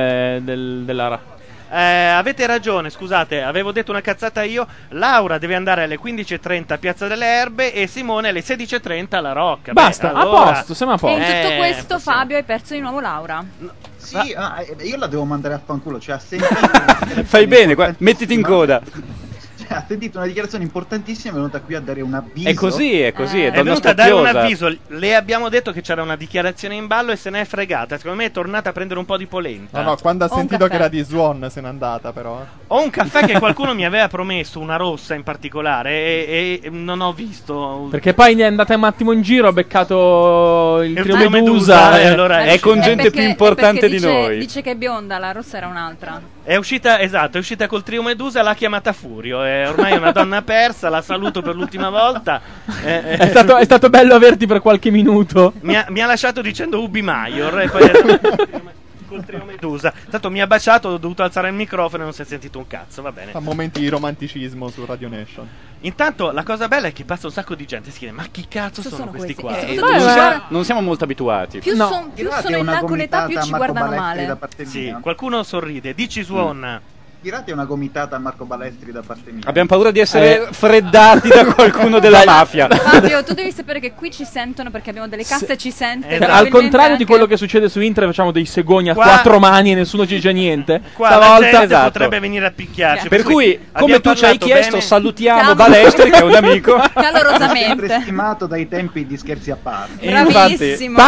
della avete ragione, scusate, avevo detto una cazzata io. Laura deve andare alle 15:30 a Piazza delle Erbe e Simone alle 16:30 alla Rocca. Basta, a posto, siamo a E posto. in tutto questo possiamo. Fabio hai perso di nuovo Laura. Sì, io la devo mandare a fanculo, cioè ha sentito. Fai bene, mettiti in coda. Ha ha sentito una dichiarazione importantissima, è venuta qui a dare un avviso. È così, è È venuta a dare un avviso. Le abbiamo detto che c'era una dichiarazione in ballo e se n'è fregata. Secondo me è tornata a prendere un po' di polenta. No, quando ha sentito che era di Swan se n'è andata però. Ho un caffè che qualcuno mi aveva promesso, una rossa in particolare, e non ho visto. Perché poi è andata un attimo in giro, ha beccato il trio Medusa. E allora è con gente più importante di noi. Dice che è bionda, la rossa era un'altra. È uscita, esatto, è uscita col trio Medusa, l'ha chiamata Furio. È ormai una donna persa, la saluto per l'ultima volta. È stato bello averti per qualche minuto. Mi ha lasciato dicendo Ubi Maior e poi col trio Medusa. Tanto mi ha baciato, ho dovuto alzare il microfono e non si è sentito un cazzo, va bene. Fa momenti di romanticismo su Radio Nation. Intanto la cosa bella è che passa un sacco di gente e si chiede: ma chi cazzo sono questi qua? Non siamo molto abituati. Più sono in là con l'età, più ci guardano male. Sì, qualcuno sorride. Dici Swan. Tirate una gomitata a Marco Balestri da parte mia. Abbiamo paura di essere freddati da qualcuno della mafia. Fabio, tu devi sapere che qui ci sentono perché abbiamo delle casse e ci sentono. Al contrario di quello che succede su internet, facciamo dei segoni a quattro mani e nessuno ci dice niente. Qua stavolta la gente potrebbe venire a picchiarci. Per cui, come tu ci hai chiesto, bene. salutiamo Balestri, che è un amico. Calorosamente. Sempre stimato dai tempi di Scherzi a parte. Bravissimo.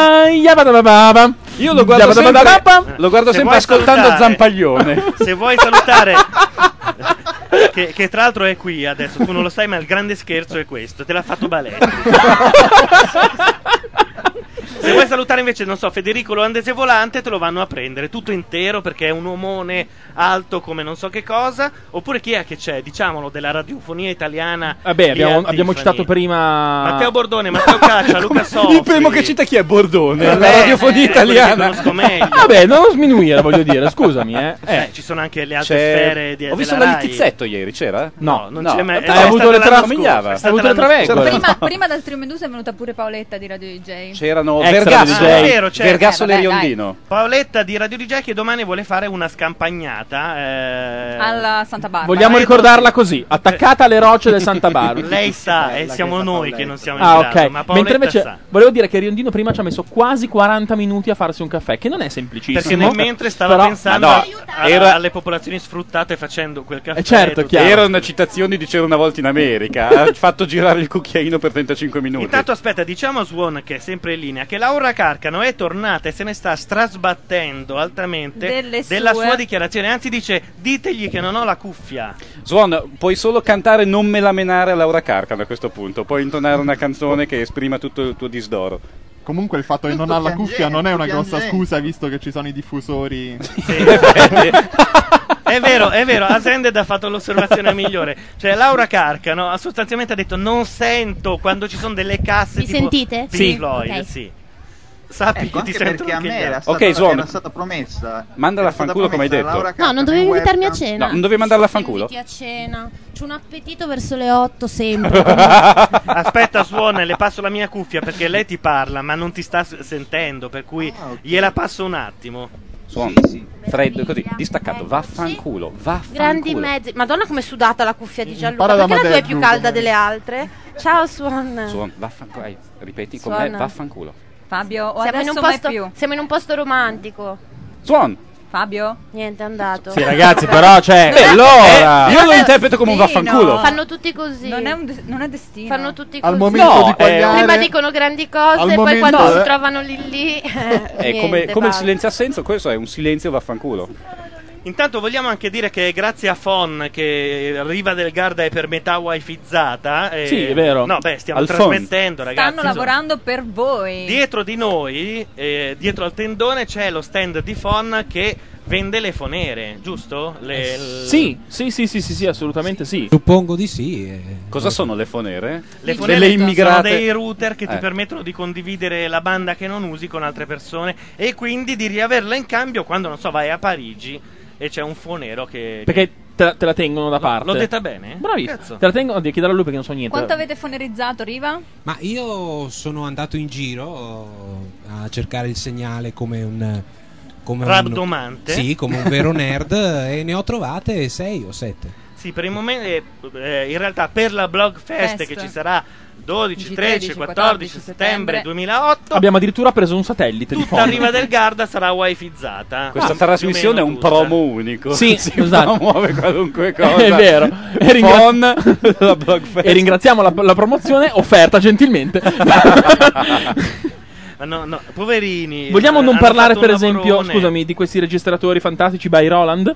Io lo guardo sempre ascoltando Zampaglione. Se vuoi salutare che tra l'altro è qui adesso, tu non lo sai, ma il grande scherzo è questo, te l'ha fatto Balestri. Se vuoi salutare invece, non so, Federico l'olandese volante, te lo vanno a prendere tutto intero perché è un omone alto come non so che cosa. Oppure chi è che c'è, diciamolo, della radiofonia italiana? Vabbè, abbiamo citato prima Matteo Bordone, Matteo Caccia, Luca Soffi. Il primo che cita chi è? Bordone, la radiofonia italiana. Conosco meglio. Vabbè, non lo sminuire, voglio dire, scusami. Ci sono anche le altre sfere Ho visto la Littizzetto ieri, c'era? No, non c'è mai. Hai avuto le traveggole. Prima dal trio Medusa è venuta pure Paoletta di Radio DJ. C'erano Vergasso Leriondino. Paoletta di Radio DJ che domani vuole fare una scampagnata alla Santa Barbara. Vogliamo ricordarla così, attaccata alle rocce del Santa Barbara. Lei sa, siamo noi che non siamo in grado, ok. ma Paoletta Mentre invece sa. volevo dire che Riondino prima ci ha messo quasi 40 minuti a farsi un caffè, che non è semplicissimo. Perché nel mentre stava pensando alle popolazioni sfruttate facendo quel caffè. Certo, chiaro. Era una citazione di C'era una volta in America. Ha fatto girare il cucchiaino per 35 minuti. Intanto aspetta, diciamo a Swan, che è sempre in linea, che Laura Carcano è tornata e se ne sta strasbattendo altamente della sua dichiarazione. Anzi dice: ditegli che non ho la cuffia. Swan, puoi solo cantare Non me la menare a Laura Carcano a questo punto. Puoi intonare una canzone che esprima tutto il tuo disdoro. Comunque il fatto che non ha la cuffia non è una grossa scusa, visto che ci sono i diffusori. È vero, Asended ha fatto l'osservazione migliore. Cioè Laura Carcano sostanzialmente ha detto: non sento quando ci sono delle casse. Mi tipo sentite? Pink Floyd, sì. Sappi che ti sento perché a me era stata promessa. Mandala a fanculo come hai detto. No, non dovevi invitarmi a cena. No, non dovevi mandarla a fanculo. Inviti a cena. C'ho un appetito verso le 8 sempre. Aspetta, Suona, le passo la mia cuffia perché lei ti parla ma non ti sta sentendo, per cui gliela passo un attimo. Suona, freddo così, distaccato, vaffanculo, vaffanculo. Grandi mezzi. Madonna com'è sudata la cuffia di Gianluca. Perché la tua è più calda delle altre? Ciao Suon. Suon, vaffanculo. Ripeti con me, vaffanculo. Fabio, siamo in un posto romantico. Suon. Fabio? Niente, è andato. Sì, ragazzi, però io lo interpreto come un vaffanculo. Fanno tutti così. Non è destino. Fanno tutti così. Al momento di quagliare, prima dicono grandi cose, poi quando si trovano lì niente, come il silenzio assenso, questo è un silenzio vaffanculo. Intanto vogliamo anche dire che grazie a Fon che Riva del Garda è per metà wifizzata. Sì, è vero. No, stiamo trasmettendo, ragazzi. Stanno lavorando per voi. Dietro di noi, dietro al tendone, c'è lo stand di Fon che vende le fonere, giusto? Sì, assolutamente sì. Suppongo di sì. Cosa sono le fonere? Le fonere sono dei router che ti permettono di condividere la banda che non usi con altre persone e quindi di riaverla in cambio quando, non so, vai a Parigi e c'è un fonero che... Perché te la tengono da parte. L'ho detta bene? Bravissimo. Te la tengono, devi chiedere a lui perché non so niente. Quanto avete fonerizzato, Riva? Ma io sono andato in giro a cercare il segnale come un rabdomante? Sì, come un vero nerd e ne ho trovate 6 o 7. Sì, per il momento in realtà per la Blog Fest che ci sarà 12, 13, 14 settembre 2008. Abbiamo addirittura preso un satellite di Tutta fondo. Riva del Garda sarà wifizzata. Questa trasmissione è un promo unico. Sì, si esatto. promuove qualunque cosa. È vero. La Blogfest. E ringraziamo la promozione offerta gentilmente. No, poverini. Vogliamo non hanno parlare, fatto per un esempio, lavorone. scusami, di questi registratori fantastici by Roland?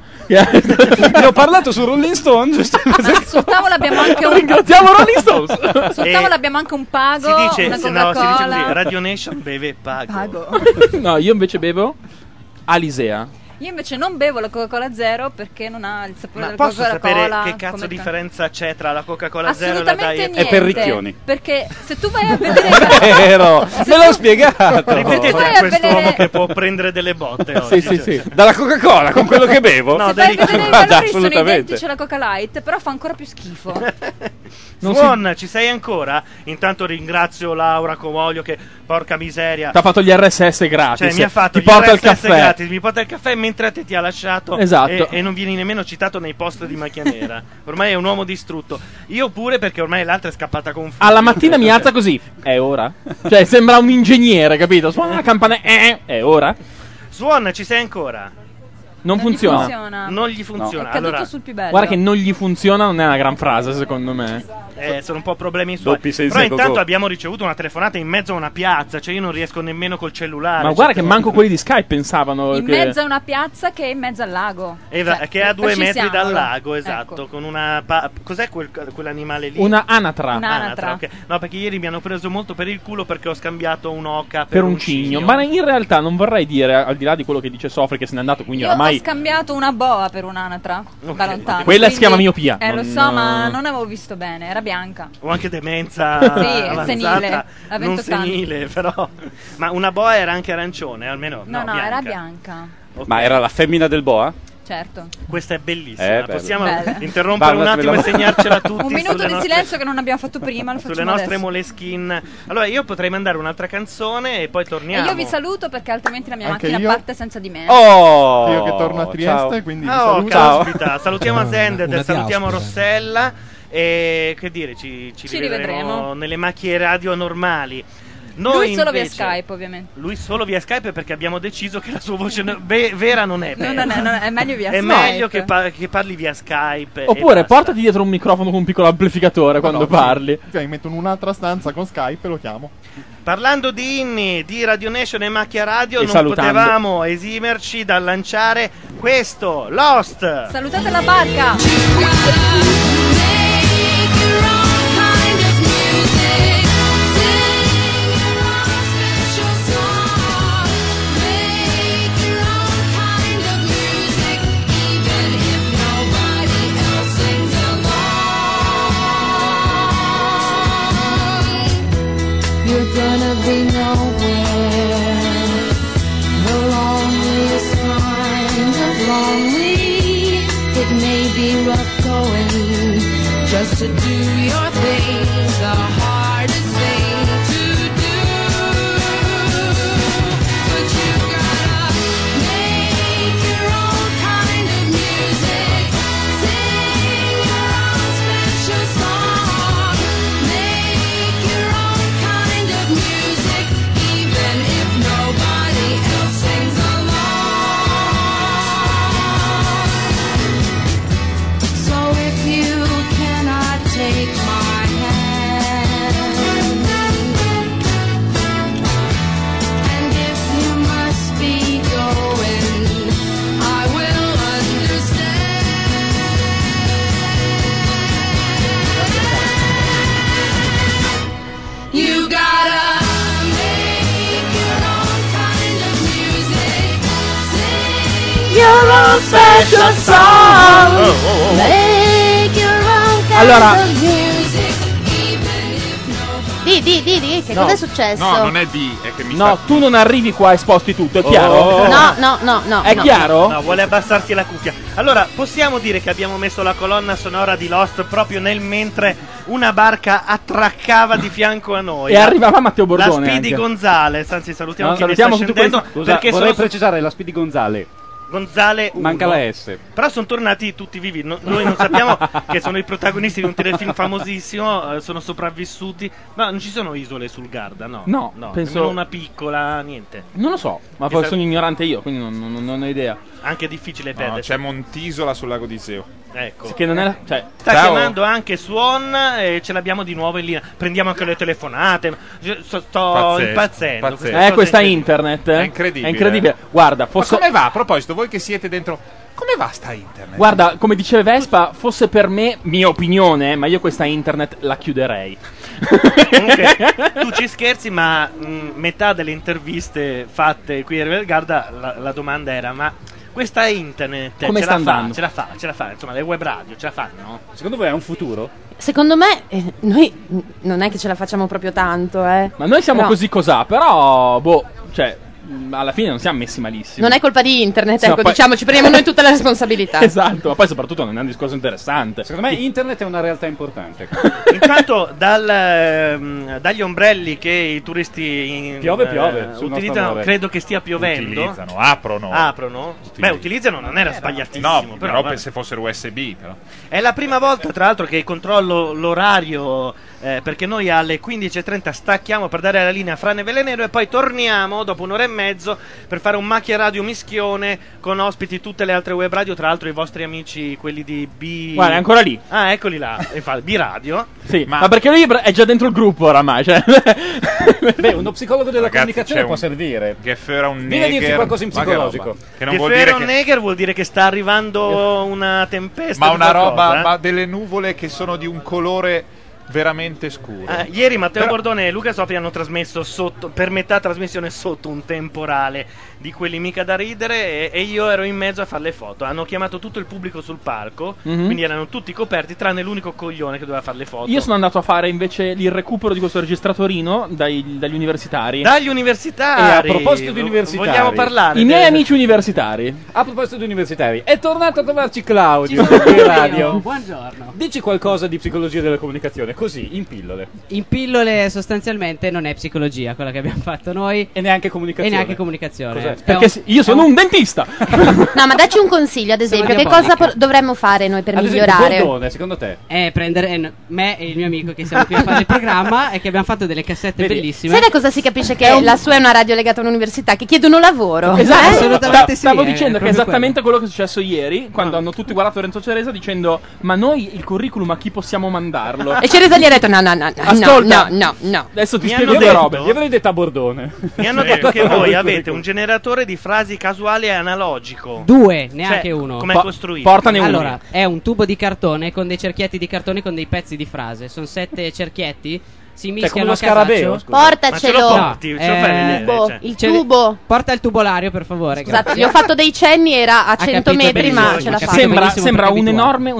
Ne ho parlato su Rolling Stone, giusto? Sul tavolo abbiamo anche un Ringraziamo Rolling Stones. Sul tavolo abbiamo anche un pago, Si dice, una si dice Coca-Cola. così, Radio Nation beve e pago. No, io invece bevo Alisea. Io invece non bevo la Coca-Cola Zero perché non ha il sapore Ma della posso Coca-Cola. sapere che cazzo differenza c'è tra la Coca-Cola Zero e la Assolutamente Diet? niente. È per ricchioni. Perché se tu vai a vedere Vero, me l'ho spiegato. Ripetete vai a a quest'uomo vedere- che può prendere delle botte oggi. Sì. Dalla Coca-Cola con quello che bevo? No, se da vai a vedere i Guarda, valori sono assolutamente. identici alla Coca Light, però fa ancora più schifo. Suon, ci sei ancora? Intanto ringrazio Laura Comoglio che, porca miseria, Ti ha fatto gli RSS gratis. cioè mi ha fatto Ti gli porta il RSS caffè. gratis, mi porta il caffè mentre a te ti ha lasciato. Esatto. E non vieni nemmeno citato nei post di Macchia Nera. Ormai è un uomo distrutto. Io pure, perché ormai l'altra è scappata con figli. Alla mattina mi alza così. È ora? Cioè, sembra un ingegnere, capito? Suona la campana. È ora? Suon, ci sei ancora? Non gli funziona. funziona. Non gli funziona. È caduto Allora, sul più bello. Guarda che non gli funziona, non è una gran frase, secondo me. sono un po' problemi suoi. Doppi senza Però intanto cocò. abbiamo ricevuto una telefonata in mezzo a una piazza. Cioè io non riesco nemmeno col cellulare. Ma guarda cioè, che manco quelli di Skype pensavano in che... mezzo a una piazza che è in mezzo al lago. Cioè, che è a 2 metri dal precisiamolo. lago, esatto. Ecco. Con una. Cos'è quell'animale lì? Una anatra. Un'anatra. Ok. No, perché ieri mi hanno preso molto per il culo perché ho scambiato un'oca Per un cigno. Ma in realtà non vorrei dire, al di là di quello che dice Sofri, che se n'è andato, quindi Io oramai... ho scambiato una boa per un'anatra da lontano. Quella si quindi- chiama miopia. Lo Non- so, ma non avevo visto bene, era bianca. O anche demenza Sì, avanzata, senile, a non 28 anni. senile, però. Ma una boa era anche arancione, almeno. No, bianca. era bianca. Ok. Ma era la femmina del boa? Certo. Questa è bellissima. Bello. Possiamo Bella. interrompere un attimo e segnarcela tutti. Un minuto sulle di nostre- silenzio che non abbiamo fatto prima, lo Sulle facciamo nostre adesso. Moleskine. Allora, io potrei mandare un'altra canzone e poi E torniamo. io vi saluto perché altrimenti la mia Anche macchina io? parte senza di me. Oh! Io che torno a Trieste, ciao. quindi vi Oh, saluto. caspita. Salutiamo Zended, Una salutiamo diaspora. Rossella. E che dire, ci rivedremo. nelle macchie radio normali. Noi Lui solo via invece- Skype, ovviamente. Lui solo via Skype perché abbiamo deciso che la sua voce vera non è No, bella. non è meglio via È Skype. meglio che parli via Skype. e Oppure basta. portati dietro un microfono con un piccolo amplificatore quando No, parli. Sì, mi metto in un'altra stanza con Skype e lo chiamo. Parlando di inni, di Radio Nation e Macchia Radio, E non salutando. potevamo esimerci dal lanciare questo, Lost. Salutate la barca. You're gonna be nowhere. The loneliest kind of lonely. It may be rough going just to do your thing. The hardest thing to do. But you gotta make your own kind of music. Sing your own special song. Make your own kind of music, even if nobody else sings along. So if you cannot take my hand, and if you must be going, I will understand. You gotta make your own kind of music, sing your own special song. Make your own kind Allora- of music, even if nobody. Di, che No. cosa è successo? No, non è di, è che mi No, tu non arrivi qua e sposti tutto, è chiaro? No. È no. chiaro? No, vuole abbassarsi la cuffia. Allora, possiamo dire che abbiamo messo la colonna sonora di Lost proprio nel mentre una barca attraccava di fianco a noi. E arrivava Matteo La Bordone Speedy anche. Gonzales, anzi salutiamo No, chi ne salutiamo sta tutti scendendo Scusa, perché vorrei sono precisare la Speedy Gonzale. Gonzale 1. Manca la S. Però sono tornati tutti vivi. Noi non sappiamo che sono i protagonisti di un telefilm famosissimo, sono sopravvissuti. Ma non ci sono isole sul Garda, no? No, penso nemmeno una piccola, niente. Non lo so, ma poi sono ignorante io, quindi non ho idea. Anche difficile No, perdersi. c'è Montisola sul lago di Iseo. Ecco. Che non è, cioè, Sta Ciao. chiamando anche Swan e ce l'abbiamo di nuovo in linea. Prendiamo anche le telefonate. Sto Pazzesco, impazzendo. pazzesco. Questa internet. È incredibile. È incredibile. Guarda, Ma come va? A proposito, voi che siete dentro, come va sta internet? Guarda, come diceva Vespa, fosse per me, mia opinione, ma io questa internet la chiuderei. Comunque, tu ci scherzi, ma metà delle interviste fatte qui a River Garda, la domanda era: ma questa internet Come ce sta la fa? andando? Ce la fa, insomma, le web radio ce la fanno? Secondo voi è un futuro? Secondo me, noi non è che ce la facciamo proprio tanto, Ma noi siamo Però così cosà, però, cioè, alla fine non siamo messi malissimo. non è colpa di internet, No, ecco, poi- diciamo, ci prendiamo noi tutta la responsabilità. Esatto, ma poi soprattutto non è un discorso interessante. Secondo me internet è una realtà importante. Intanto dagli ombrelli che i turisti Piove sul nostro utilizzano, amore. credo che stia piovendo. Utilizzano, aprono. Aprono? Beh, utilizzano non era sbagliatissimo. No, però però vabbè. se fossero USB, però. È la prima volta, tra l'altro, che controllo l'orario, perché noi alle 15:30 stacchiamo per dare la linea a Frane Velenero e poi torniamo dopo un'ora e mezzo per fare un macchia radio mischione con ospiti tutte le altre web radio, tra l'altro i vostri amici, quelli di B... Guarda, è ancora lì. Ah, eccoli là, infatti, B-Radio. Sì, ma perché lui è già dentro il gruppo oramai, cioè. Beh, uno psicologo della Ragazzi, comunicazione c'è può un servire. Gefera un Vieni a dirci Neger. qualcosa in Ma che psicologico. roba. Che non vuol dire Gefero che... Neger vuol dire che sta arrivando una tempesta. Ma di una roba, qualcosa, ma delle nuvole che sono di un colore veramente scuro. Ieri Matteo Però- Bordone e Luca Sofri hanno trasmesso sotto, per metà trasmissione sotto un temporale di quelli mica da ridere e io ero in mezzo a fare le foto. Hanno chiamato tutto il pubblico sul palco, Mhm. quindi erano tutti coperti tranne l'unico coglione che doveva fare le foto. Io sono andato a fare invece il recupero di questo registratorino dagli universitari. Dagli universitari. E a proposito di universitari, vogliamo parlare? I miei amici universitari. A proposito di universitari, è tornato a trovarci Claudio Ci sono di io. radio. Buongiorno. Dici qualcosa di psicologia della comunicazione, così, in pillole. In pillole sostanzialmente non è psicologia quella che abbiamo fatto noi. E neanche comunicazione. E neanche comunicazione. Cos'è? È Perché io sono un dentista. No, ma dacci un consiglio, ad esempio, che diabolica. cosa dovremmo fare noi per Ad esempio, migliorare? Bordone, secondo te? È prendere me e il mio amico che siamo qui a fare il programma e che abbiamo fatto delle cassette bellissime. Sai da cosa si capisce che la sua è una radio legata a un'università? Che chiedono lavoro. Esatto, Assolutamente sì, stavo è dicendo che è proprio esattamente quello che è successo ieri, quando hanno tutti guardato Renzo Ceresa dicendo: ma noi il curriculum a chi possiamo mandarlo? E Ceresa gli ha detto: no, Ascolta, no. adesso ti Mi spiego hanno due detto- robe. Gli avrei detto a Bordone. Mi hanno detto che voi avete un generatore di frasi casuali e analogico. Due, neanche Cioè, uno. com'è costruito? Portane uno. Allora, è un tubo di cartone con dei cerchietti di cartone con dei pezzi di frase. Sono 7 cerchietti. Si come mischiano lo a scarabeo, casaccio. scusa. Portacelo. Ma ce lo porti? Ce lo fai vedere? tubo, Cioè. il Ce- tubo. Porta il tubolario, per favore. Scusate, grazie. gli ho fatto dei cenni, era a 100 capito metri, ma benissimo, ce l'ha ha fatta. capito Sembra, benissimo sembra perché un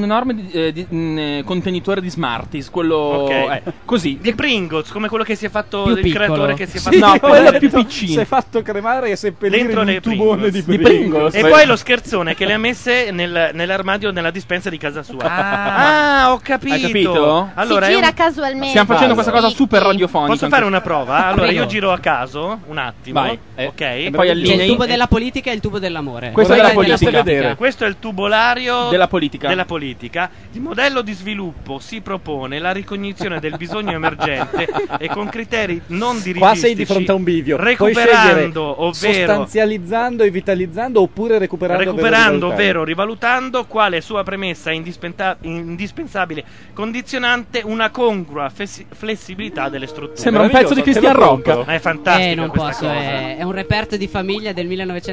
enorme contenitore di Smarties, quello Ok. così. Di Pringles, come quello che si è fatto Più il piccolo. creatore che si è Sì, fatto. No, quello è più Si è piccino. fatto cremare e seppellire Dentro in le un tubone Pringles. di Di Pringles. Pringles. E poi lo scherzone che le ha messe nell'armadio, nella dispensa di casa sua. Ah, ho capito. Hai capito? Allora, si è gira un- casualmente. Stiamo facendo questa cosa super radiofonica. Posso fare una prova? Allora, Prego. io giro a caso, un attimo. Vai. Ok. E poi C'è il allinei tubo della politica e il tubo dell'amore. Questo Vorrei della che andaste politica. a vedere. Questo è il tubolario della politica. Il modello di sviluppo si propone la ricognizione del bisogno emergente e con criteri non dirigistici. Qua sei di fronte a un bivio. Puoi scegliere recuperando, ovvero sostanzializzando e vitalizzando, oppure recuperando, ovvero rivalutando quale sua premessa indispensabile condizionante una congrua flessibilità delle strutture. Sembra un pezzo di Christian Rocca. Ma è fantastico. Non posso, è un reperto di famiglia del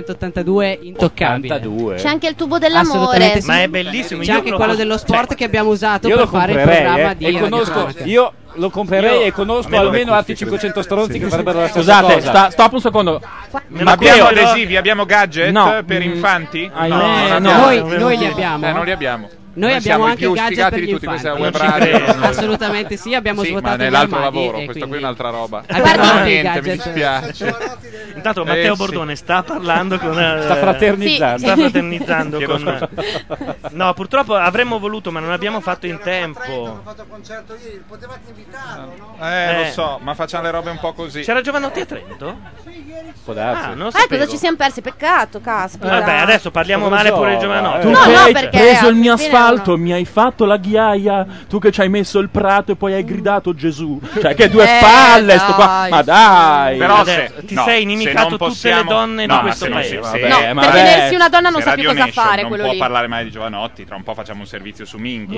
1982 intoccabile. 82. C'è anche il tubo dell'amore. Assolutamente sì. Ma è bellissimo. C'è io anche lo- quello dello sport che abbiamo usato Io per lo fare il comprerei, programma di e conosco, radiocronaca. io lo comprerei Io- e conosco almeno almeno le altri 500 stronzi che farebbero la stessa Scusate, cosa. stop un secondo. Me Ma lo Abbiamo chiedo- adesivi, abbiamo gadget No. per infanti? Ahimè, non no. abbiamo. Noi li abbiamo. Non li abbiamo. Noi siamo abbiamo i anche più gadget sfigati per di gli tutti, questa è infanti. web radio. Assolutamente sì, abbiamo Sì, ma svuotato gli nell'altro armadi lavoro, e questa qui è quindi- un'altra roba. Abbiamo No, anche i niente, mi gadget. dispiace. Intanto Matteo sì. Bordone sta parlando con Sta fraternizzando. sta fraternizzando Chiedo con No, purtroppo avremmo voluto, ma non abbiamo fatto in tempo. fatto concerto ieri, potevate Lo so, ma facciamo le robe un po' così. C'era Giovanotti a Trento? Può darsi. Non cosa sapevo. ci siamo persi? Peccato, caspita. Vabbè, adesso parliamo Non lo male so, pure di Giovanotti. Tu No, che no, hai perché preso il mio alla fine asfalto, mi hai fatto la ghiaia, tu che ci hai messo il prato e poi hai gridato Gesù. Cioè, che due palle sto qua. Ma dai. Però Adesso, se ti no, sei se inimicado non tutte possiamo- le donne no, di ma questo se non paese. si- Vabbè, No, ma per adesso- tenersi una donna non se sa Radio più cosa Nation fare non quello può lì. parlare mai di Giovanotti, tra un po' facciamo un servizio su Minghi.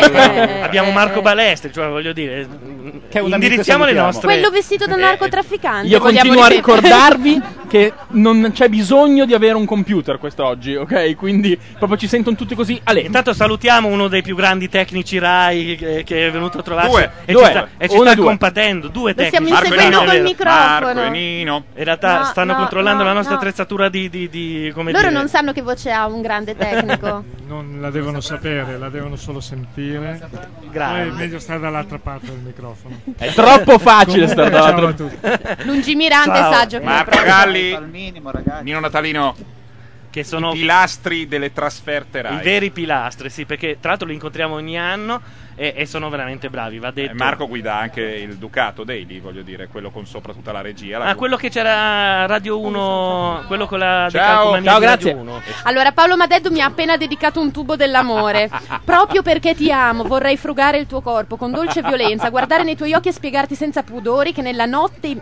Abbiamo Marco Balestri, cioè voglio dire, Che è un amico, indirizziamo le salutiamo. nostre. Quello vestito da narcotrafficante. Io vogliamo continuo a ripetere. ricordarvi che non c'è bisogno di avere un computer quest'oggi, ok? Quindi proprio ci sentono tutti così. Intanto salutiamo uno dei più grandi tecnici Rai che è venuto a trovarci e Due. ci sta compatendo. Due Lo tecnici. stiamo inseguendo Marco e col Nino. microfono. Marco e Nino. In realtà No, stanno no, controllando no, la nostra no. attrezzatura di come Loro dire. non sanno che voce ha un grande tecnico. Non la devono sapere, la devono solo sentire. Grande. Poi è meglio stare dall'altra parte del microfono. È troppo facile stare Ciao dall'altra a tutti. Lungimirante Ciao. e saggio come Marco proprio. Galli, Al minimo, ragazzi. Nino Natalino, Che sono i pilastri delle trasferte Rai. i veri pilastri, sì, perché tra l'altro li incontriamo ogni anno e sono veramente bravi, va detto. Marco guida anche il Ducato Daily, voglio dire, quello con sopra tutta la regia. la Ah, quello che c'era Radio 1, quello con la Ciao. decalcomania Ciao, di grazie. Radio 1. Allora, Paolo Madeddu mi ha appena dedicato un tubo dell'amore. Proprio perché ti amo, vorrei frugare il tuo corpo con dolce violenza, guardare nei tuoi occhi e spiegarti senza pudori che nella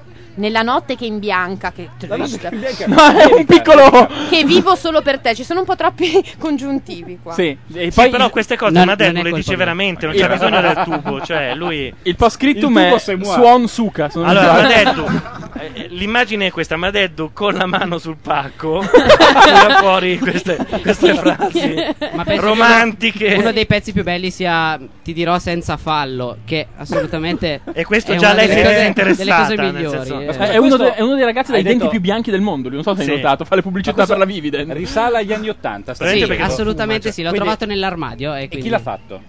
notte che imbianca, che triste, No, è un piccolo. che vivo solo per te. Ci sono un po' troppi congiuntivi qua. Sì, e Sì, poi però queste cose non Madeddu è le colpa dice mia. veramente, non c'è bisogno del tubo, cioè lui. il post-scriptum Il tubo è c'est moi. Suon Suka. se non mi Allora, sbaglio. Madeddu, l'immagine è questa: Madeddu con la mano sul pacco tira fuori queste frasi Ma penso romantiche. che uno dei pezzi più belli sia Ti dirò senza fallo, che assolutamente E questo è già una lei delle si è cose- disinteressata, delle cose nel migliori. senso- È uno dei ragazzi dai hai denti detto- più bianchi del mondo. Lui, non so se hai Sì. notato, fa le pubblicità questo per la Vividen. Risale agli anni '80. sta Veramente Sì, perché lo assolutamente sì, l'ho Quindi- trovato nell'armadio. E E chi quindi- l'ha fatto?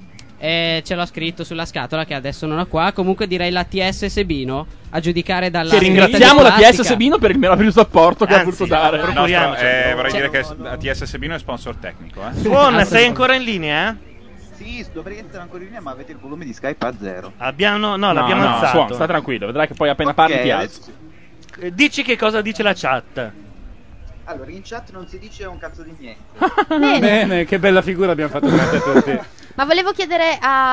Ce l'ho scritto sulla scatola che adesso non ho qua. Comunque direi la TS Sebino, a giudicare dalla Che ringraziamo la plastica. TS Sebino per il meraviglioso apporto che ha voluto dare. Il nostro, Procuriamoci. vorrei Cioè- dire che TS Sebino è sponsor tecnico. Suon, sei ancora in linea? Sì, dovrei essere ancora in linea, ma avete il volume di Skype a zero. Abbiamo, no, l'abbiamo alzato. Suon, sta tranquillo, vedrai che poi appena parli ti alzi. adesso- Dici che cosa dice la chat. Allora, in chat non si dice un cazzo di niente. Bene. Bene, che bella figura abbiamo fatto davanti a tutti. Ma volevo chiedere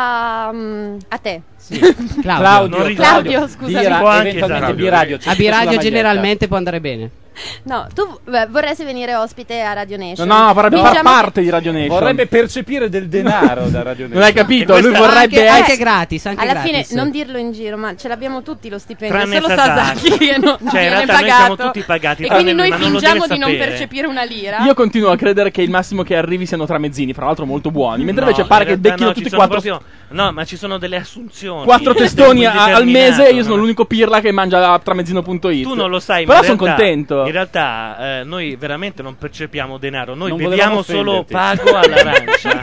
a te. Claudio. Non Claudio, scusami. Di Può anche eventualmente esatto. B-Radio. c'è A scritto sulla B-Radio maglietta. generalmente può andare bene. No, tu vorresti venire ospite a Radio Nation. No, vorrebbe far Vinciamo- parte di Radio Nation. Vorrebbe percepire del denaro da Radio Non hai capito? E Lui questa- vorrebbe Anche essere. gratis, anche Alla gratis. fine non dirlo in giro, ma ce l'abbiamo tutti lo stipendio, Tranne solo Sasaki. Sasaki che non Cioè, in viene realtà noi pagato. siamo tutti pagati, E tranne quindi lui, noi ma non lo fingiamo deve di non sapere. percepire una lira. Io continuo a credere che il massimo che arrivi siano tramezzini, fra l'altro molto buoni. Mentre No, invece pare in che realtà becchino no, ci tutti sono quattro. proprio- no, ma ci sono delle assunzioni. Quattro testoni Tempo al mese e io sono indeterminato. l'unico pirla che mangia a tramezzino.it. Tu non lo sai, però ma sono in realtà- contento. In realtà noi veramente non percepiamo denaro, noi Non vediamo volevamo solo offenderti. pago all'arancia.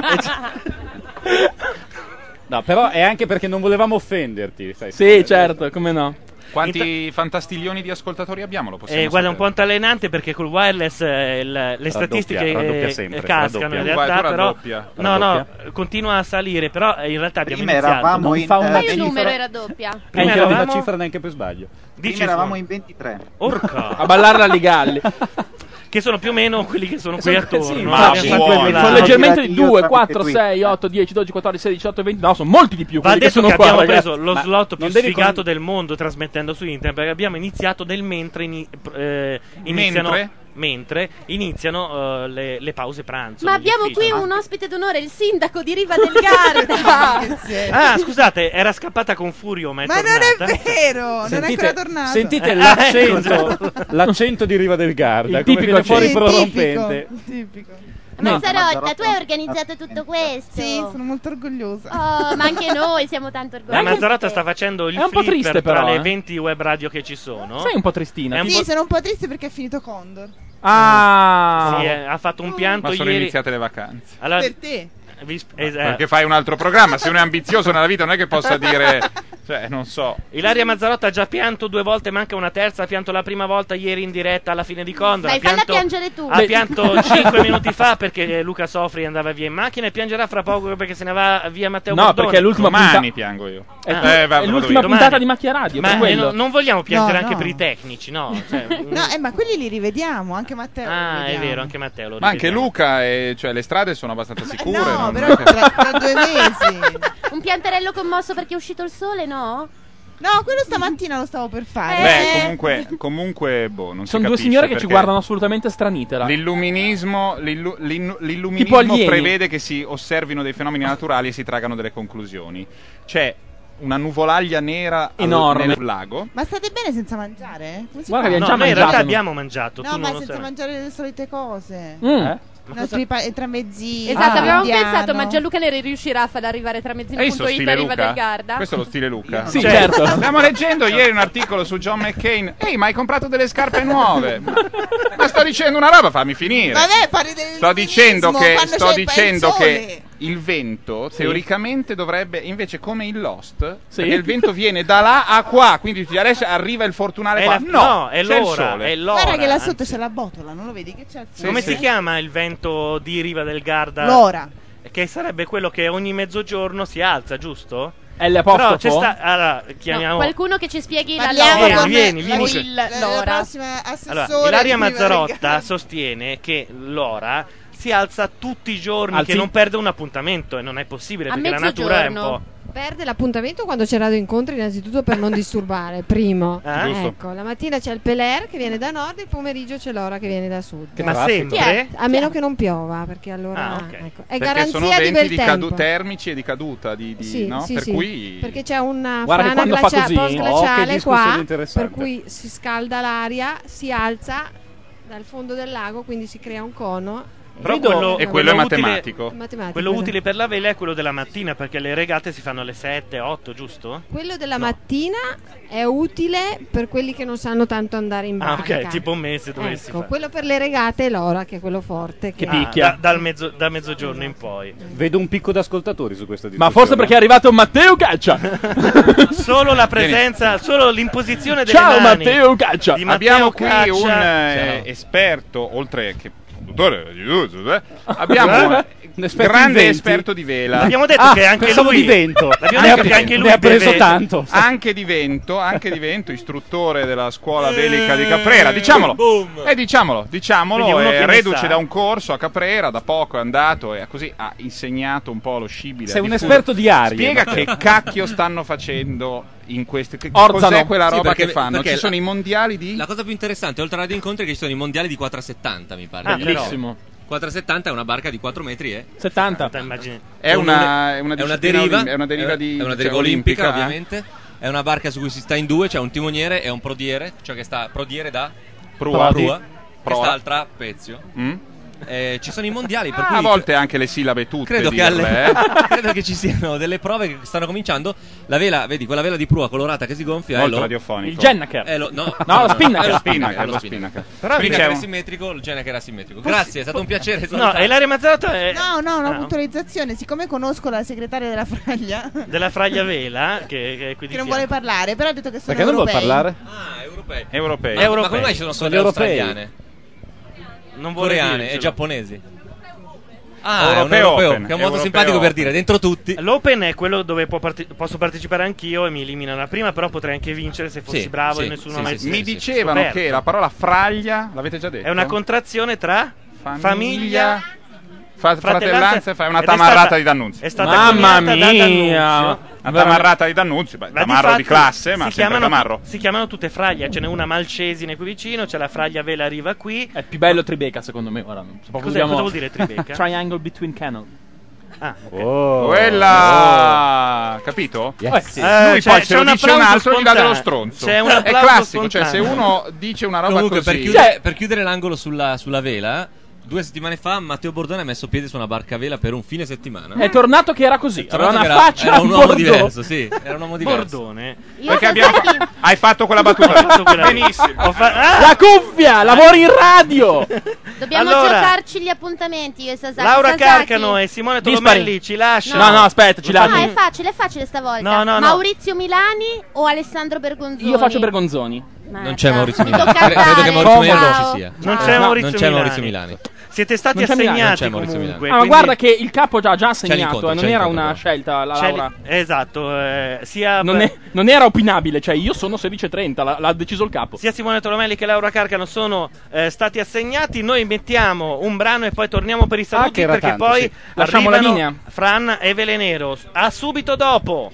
No, però è anche perché non volevamo offenderti. Sai, Sì, certo, come no. Quanti fantastiglioni di ascoltatori abbiamo? Lo possiamo Guarda, è un sapere? po' altalenante perché col wireless le statistiche raddoppia sempre, cascano raddoppia. in realtà, Vai, tu però raddoppia. no, continua a salire, però in realtà abbiamo Prima iniziato. eravamo Non in fa una Ma io cifra. numero era doppia. Prima Non chiedi la eravamo- cifra neanche per sbaglio. Dici Prima eravamo Suon. in 23. Orca. A ballare la Ligalli. Che sono più o meno quelli che sono qui attorno. sì, ma Abbiamo buona. fatto una- Sono leggermente Io di 2, tramite 4, Twitter. 6, 8, 10, 12, 14, 16, 18, 20. No, sono molti di più. Va quelli che detto sono che qua, abbiamo ragazzi. preso lo Ma slot più non devi sfigato del mondo trasmettendo su internet, perché abbiamo iniziato nel mentre iniziano le pause pranzo. Ma negli abbiamo uffici. qui un ospite d'onore, il sindaco di Riva del Garda. Ah, scusate, era scappata con Furio, ma è Ma non tornata. è vero, non è ancora tornato. Sentite ecco. l'accento di Riva del Garda, Il come tipico viene fuori Sì, prorompente. tipico. Mazzarotta, tu hai organizzato tutto questo? Sì, sono molto orgogliosa. Oh, ma anche noi siamo tanto La orgogliosi. Mazzarotta sta facendo il È un po' flipper triste, tra però, le 20 web radio che ci sono. Sei un po' tristina. È un Sì, po'- sono un po' triste perché è finito Condor. Ah. Sì, ha fatto un pianto Ma sono ieri. iniziate le vacanze. Allora, Per te. esatto. Perché fai un altro programma. Se uno è ambizioso nella vita non è che possa dire Cioè, non so. Ilaria Mazzarotta ha già pianto 2 volte, manca una terza. Ha pianto la prima volta ieri in diretta alla fine di Condor. Dai, falla piangere tu. Ha pianto 5 minuti fa perché Luca Sofri andava via in macchina e piangerà fra poco perché se ne va via Matteo No, Bordone. perché è l'ultima Domani piango io. È l'ultima puntata di Macchia Radio. Ma per quello. non vogliamo piangere No, anche no. per i tecnici, no? Cioè, No, ma quelli li rivediamo, anche Matteo. lo è rivediamo. vero, anche Matteo lo Ma anche rivediamo. Luca, cioè le strade sono abbastanza sicure. No, non- però tra 2 mesi. Un pianterello commosso perché è uscito il sole, no? No, quello stamattina lo stavo per fare. Beh, comunque, boh, non si Sono due capisce signore che ci perché guardano assolutamente stranite. Là. L'illuminismo Tipo alieni. prevede che si osservino dei fenomeni naturali e si traggano delle conclusioni. C'è una nuvolaglia nera Enorme nel lago. Ma state bene senza mangiare? Come si Guarda fa? che No, già noi in mangiato. realtà abbiamo mangiato. No, tu ma non lo senza sai. mangiare le solite cose. Ma I nostri tramezzini. Esatto, avevamo indiano. pensato, ma Gianluca Neri riuscirà ad arrivare tra Hai visto mezzino.it e stile arriva del Luca? Garda? Questo è lo stile Luca. Sì, certo. Stiamo leggendo ieri un articolo su John McCain. Ehi, ma hai comprato delle scarpe nuove? Ma sto dicendo una roba, fammi finire. Vabbè, parli del Sto dicendo femminismo, quando c'è il sole. che il vento teoricamente dovrebbe, invece come in Lost, perché il vento viene da là a qua, quindi adesso arriva il fortunale È qua. la- no, è c'è il l'ora, sole. è l'ora. Guarda che là sotto anzi. c'è la botola, non lo vedi che c'è? Come si chiama il vento di Riva del Garda? L'ora. Che sarebbe quello che ogni mezzogiorno si alza, giusto? L apostrofo? Però c'è allora, chiamiamo... No, qualcuno che ci spieghi Parliamo l'ora. con Vieni. la l'ora. prossima assessore. Allora, Ilaria di Riva del Mazzarotta Garda. sostiene che l'ora si alza tutti i giorni, Alzi- che non perde un appuntamento e non è possibile A perché la natura è un po'... mezzogiorno. Perde l'appuntamento quando c'è Radio Incontri, innanzitutto per non disturbare, primo. Giusto. Ecco, la mattina c'è il Peler che viene da nord, il pomeriggio c'è l'ora che viene da sud. Ma sempre? Chi è? A meno che non piova, perché allora Ah, ok. ecco. È Perché sono garanzia di venti bel tempo. termici e di caduta, Sì, no? sì, per sì. cui Perché c'è una Guarda che frana quando fa così- post-glaciale che discussione qua, interessante. per cui si scalda l'aria, si alza dal fondo del lago, quindi si crea un cono. Però E quello è utile- matematico. Matematico, Quello esatto. utile per la vela è quello della mattina, perché le regate si fanno alle 7, 8, giusto? Quello della mattina è utile per quelli che non sanno tanto andare in Ah, barca. ok, tipo un mese dovessi Ecco, fare. quello per le regate è l'ora, che è quello forte. Che Da mezzogiorno in poi. Vedo un picco d'ascoltatori su questa Ma discussione. forse perché è arrivato Matteo Caccia. Solo la presenza, solo l'imposizione delle Ciao mani Matteo Caccia. di Matteo Abbiamo qui Caccia. un Ciao. esperto, oltre che conduttore, abbiamo un esperto grande in venti. esperto di vela. Abbiamo detto che anche pensavo lui di vento. L'abbiamo Ne ha detto che pre- anche lui ne ha preso deve- tanto. Anche di vento, istruttore della scuola velica di Caprera. Diciamolo, diciamolo, Quindi uno è che ne reduce sa. da un corso a Caprera, da poco è andato e così ha insegnato un po' lo scibile. Sei a un diffudere. esperto di aria. Spiega che cacchio stanno facendo in questi. Orzano. Cos'è quella Sì, roba perché- che fanno? perché Ci sono i mondiali di. La cosa più interessante, oltre a Radio Incontri, è che ci sono i mondiali di 470, mi pare. Ah, Bellissimo. 470 è una barca di 4 metri e 70. Immagini. È una disciplina deriva, è una deriva di è una cioè, deriva olimpica, eh? ovviamente. È una barca su cui si sta in due, c'è un timoniere e un prodiere, cioè che sta prodiere da Prua. quest'altra pezio. Mm? Ci sono i mondiali, per A cui volte anche le sillabe tutte. credo che, dirle, credo che ci siano delle prove che stanno cominciando. La vela, vedi, quella vela di prua colorata che si gonfia Molto è radiofonico. Il Gennaker. no, la spinnaker. è lo Spinnaker, è lo la spinnaker. spinnaker. Però Qui il c'è era un- simmetrico, il Gennaker era simmetrico. Grazie, è stato un piacere. No, salutare. e Ilaria Mazzarotta è No, una puntualizzazione. Siccome conosco la segretaria della Fraglia, della Fraglia Vela, che è qui di che non fianco. vuole parlare, però ha detto che sono Perché non vuol europei. parlare? Ah, europei. Europei. Ma come mai ci sono Sono solo europei. australiane, Non vuole coreane e dircelo. giapponesi? Ah, è un Europeo europeo, Open, che è un modo europeo simpatico Open. per dire dentro tutti. L'Open è quello dove posso partecipare anch'io e mi eliminano la prima, però potrei anche vincere se fossi Sì, bravo sì, e nessuno sì, mai sì, Mi dicevano scoperto. che la parola fraglia, l'avete già detto? È una contrazione tra famiglia, fratellanza e fai una ed è tamarrata stata- di D'Annunzio. È stata Mamma coniata da mia. D'Annunzio. Una tamarrata di D'Annunzio, beh, Ma tamarro di difatti classe, ma si sempre chiamano, tamarro. si chiamano tutte fraglie, ce n'è una Malcesine qui vicino, c'è la Fraglia Vela arriva qui. È più bello Tribeca secondo me. Ora non so, proprio Cosa vuol dire Tribeca? Triangle between canal. Ah, ok. Oh. Quella, capito? Yes. Lui c'è poi se lo un dice un applauso altro gli dà dello spontaneo. stronzo. C'è un È applauso classico, cioè se spontaneo. uno dice una roba Comunque, così. per chiudere l'angolo sulla vela, 2 settimane fa Matteo Bordone ha messo piede su una barca a vela per un fine settimana. È tornato che era così. Tornato Aveva che una faccia era un uomo Bordone. diverso, sì. Era un uomo diverso. Bordone. Perché hai fatto quella battuta. Benissimo. La cuffia, lavori in radio. Dobbiamo Allora, giocarci gli appuntamenti io e Sasaki. Laura Sasaki. Carcano e Simone Tolomelli Dispari. ci lasciano. No, aspetta, ci lasciano. è facile stavolta. No. Maurizio Milani o Alessandro Bergonzoni? Io faccio Bergonzoni. Non c'è Maurizio Mi Milani. tocca Credo che andare. Maurizio Milani non Ciao. ci sia. Non c'è Maurizio Non c'è Milani. Maurizio Milani. Siete stati Non c'è Milani, non assegnati c'è Maurizio comunque. Milani. Ma guarda che il capo ha già assegnato, l'incontro, non c'è era l'incontro, una però. scelta la Laura. Esatto, sia Non era opinabile, cioè io sono 16:30, l'ha deciso il capo. sia Simone Tolomelli che Laura Carcano sono stati assegnati. Noi mettiamo un brano e poi torniamo per i saluti che era perché tanto, poi sì. Lasciamo la arrivano linea. Fran e Velenero. A subito dopo.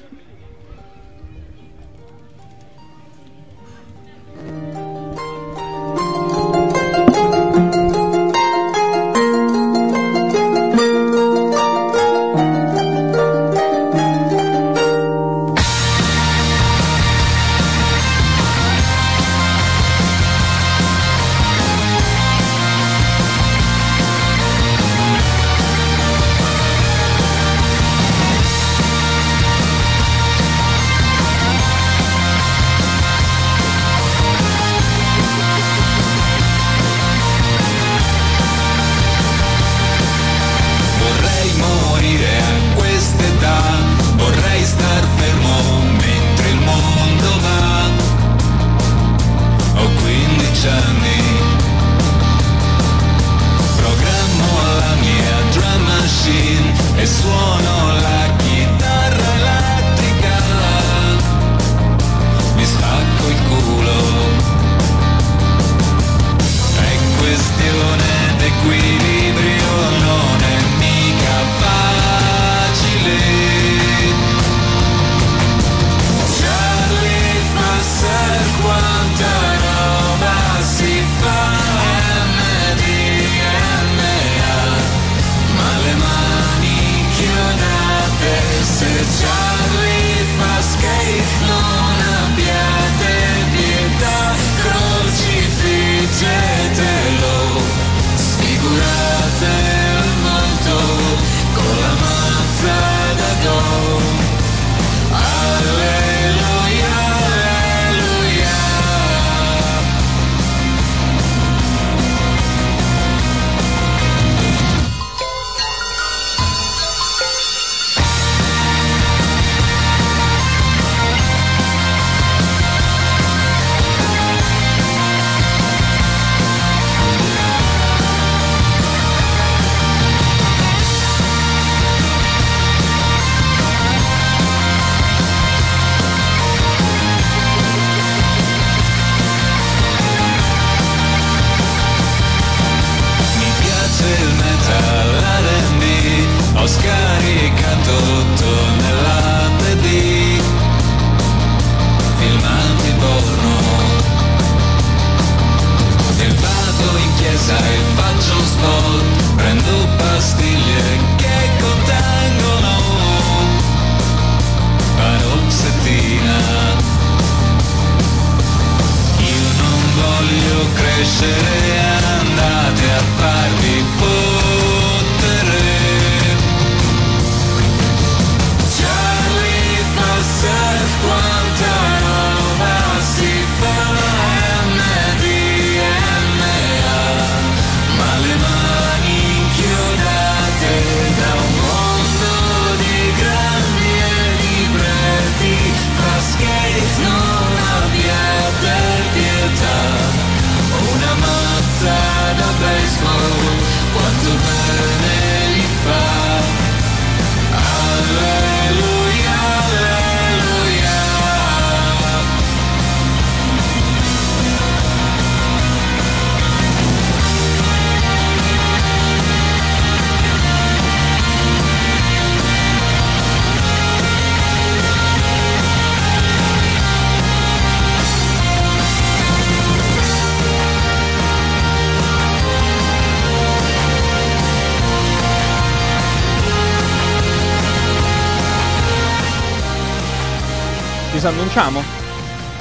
Vorrei morire a quest'età, vorrei star fermo mentre il mondo va. Ho 15 anni, programmo la mia drum machine e suono la chitarra elettrica. Mi spacco il culo, è questione d'equilibrio, non è mica facile. Charlie Fasser, quanta roba si fa, MDMA, ma le mani chiodate. Se Charlie fa skate non abbiate pietà, crocifiggetelo, sfigurate il volto con la mazza da go. Alleluia, alleluia. Mi piace il metal, R&B, ho scaricato tonnellate di filmati porno. E vado in chiesa e faccio sport, prendo pastiglie che contengono paroxetina. Io non voglio crescere, andate a farvi fottere. Charlie Fasser, quanta roba si fa, MDMA, ma le mani inchiodate da un mondo di grandi e libreti. Fra skate non abbiate pietà, una mazza da baseball, quanto bene gli fa. Alleluia, alleluia. Disannunciamo?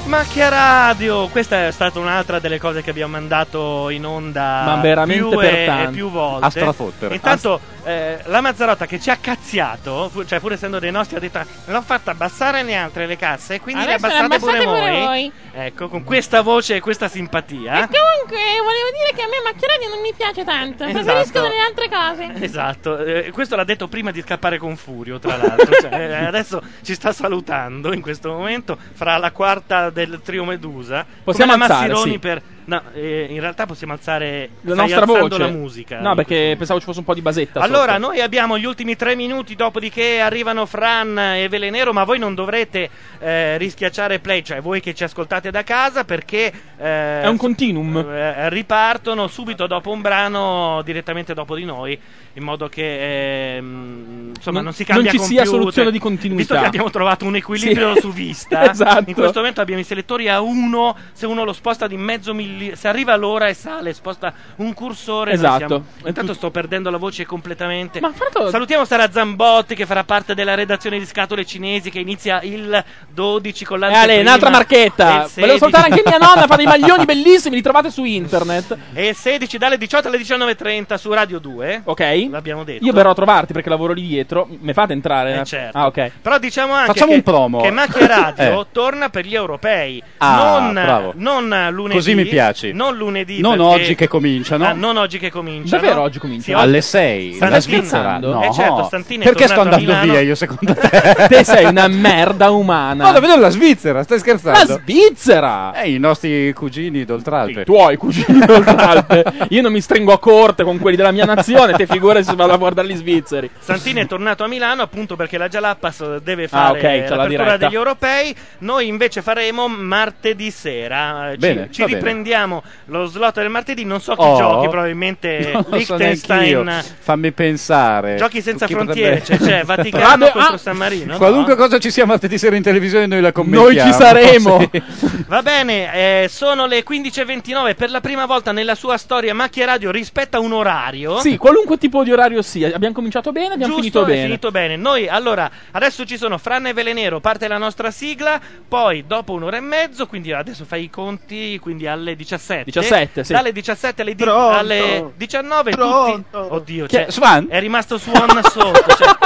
Macchia Radio, questa è stata un'altra delle cose che abbiamo mandato in onda Ma veramente più per e tanto. più volte. A strafottere. Intanto la Mazzarotta che ci ha cazziato, cioè pur essendo dei nostri, ha detto l'ho fatta abbassare le altre le casse, quindi le Adesso abbassate pure pure voi. voi. Ecco, con questa voce e questa simpatia. E comunque volevo dire che a me Macchia Radio non mi piace tanto, Esatto. preferisco delle altre cose. Esatto, questo l'ha detto prima di scappare con Furio, tra l'altro. Cioè, adesso ci sta salutando in questo momento, fra la quarta del trio Medusa. Possiamo come la alzare, Massironi sì. per... No, in realtà possiamo alzare La stai nostra alzando voce. la musica. No, perché pensavo ci fosse un po' di basetta. Allora, sotto. noi abbiamo gli ultimi 3 minuti, dopodiché arrivano Fran e Velenero, ma voi non dovrete rischiacciare play, cioè voi che ci ascoltate da casa, perché è un continuum. Ripartono subito dopo un brano, direttamente dopo di noi, in modo che insomma non si cambia non ci sia computer. soluzione di continuità. Visto che abbiamo trovato un equilibrio Sì. su Vista, Esatto. in questo momento abbiamo i selettori a 1, se uno lo sposta di mezzo se arriva l'ora e sale, sposta un cursore. noi Esatto. siamo- Intanto sto perdendo la voce completamente. Ma salutiamo Sara Zambotti, che farà parte della redazione di Scatole Cinesi, che inizia il 12 con l'anteprima. Ale, un'altra marchetta. Volevo salutare anche mia nonna, fa dei maglioni bellissimi, li trovate su internet. E il 16 dalle 18 alle 19:30 su Radio 2. Ok. L'abbiamo detto. Io verrò a trovarti perché lavoro lì dietro. Mi fate entrare? Certo. Ah, ok. Però diciamo anche Facciamo che, un promo. che Macchia Radio torna per gli europei. Ah, bravo. non lunedì. Così mi piaci. Non lunedì. Non perché- oggi che cominciano. non oggi che cominciano. Davvero oggi comincia? Sì, Alle 6, Santino- la Svizzera. No, certo, Santino è perché sto tornato a andando Milano. via io secondo te? Te sei una merda umana. No, davvero la Svizzera, stai scherzando? La Svizzera! I nostri cugini d'Oltralpe. I tuoi cugini d'Oltralpe. Io non mi stringo a corte con quelli della mia nazione, te figurati se vado a guardare gli svizzeri. Santini è tornato a Milano appunto perché la Jalapas deve fare ok, c'è la l'apertura diretta. degli europei. Noi invece faremo martedì sera. Bene, ci va bene. riprendiamo lo slot del martedì. Non so chi Oh, giochi, probabilmente non lo so neanch'io. Liechtenstein. Fammi pensare. Giochi senza Chi frontiere, potrebbe- c'è Vaticano contro San Marino. Qualunque no? cosa ci sia martedì sera in televisione noi la commentiamo. Noi ci saremo. Sì. Va bene, sono le 15:29. Per la prima volta nella sua storia Macchia Radio rispetta un orario. Sì, qualunque tipo di orario sia. Abbiamo cominciato bene, abbiamo Giusto, finito è bene. finito bene. Noi allora adesso ci sono Fran e Velenero, parte la nostra sigla, poi dopo un'ora e mezzo, quindi adesso fai i conti, quindi alle 17. 17, sì. Dalle 17 alle, Pronto? alle 19 Pronto? tutti. Oddio, Chi è? cioè, Swan? è rimasto Swan sotto, cioè.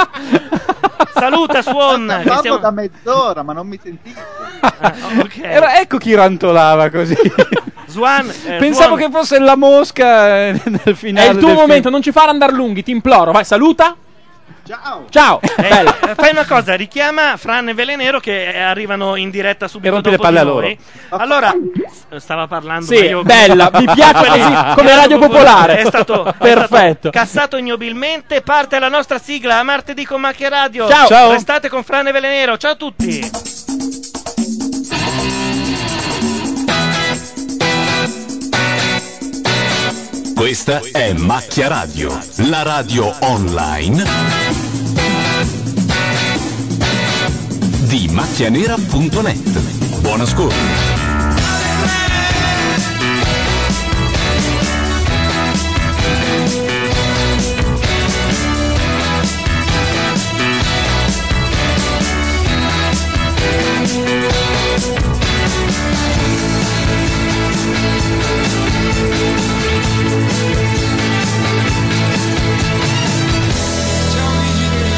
Saluta Swan, che Parlo stiamo... da mezz'ora, ma non mi sentite. ok. Ecco chi rantolava così. Swan, Pensavo Swan- che fosse la mosca nel finale. È il tuo del momento, non ci fare andare lunghi, ti imploro. Vai, saluta. Ciao. Ciao. Bella. Fai una cosa, richiama Fran e Velenero che arrivano in diretta subito E rompi le dopo palle di a noi. Allora, stava parlando Sì, ma io- bella, mi piace così, come Radio Popolare. È stato Perfetto. cassato ignobilmente. Parte la nostra sigla a martedì con Macchia Radio. Ciao. Ciao. Restate con Fran e Velenero. Ciao a tutti. Questa è Macchia Radio, la radio online di macchianera.net. Buon ascolto.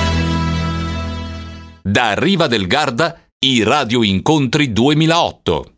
Da Riva del Garda, i Radio Incontri 2008.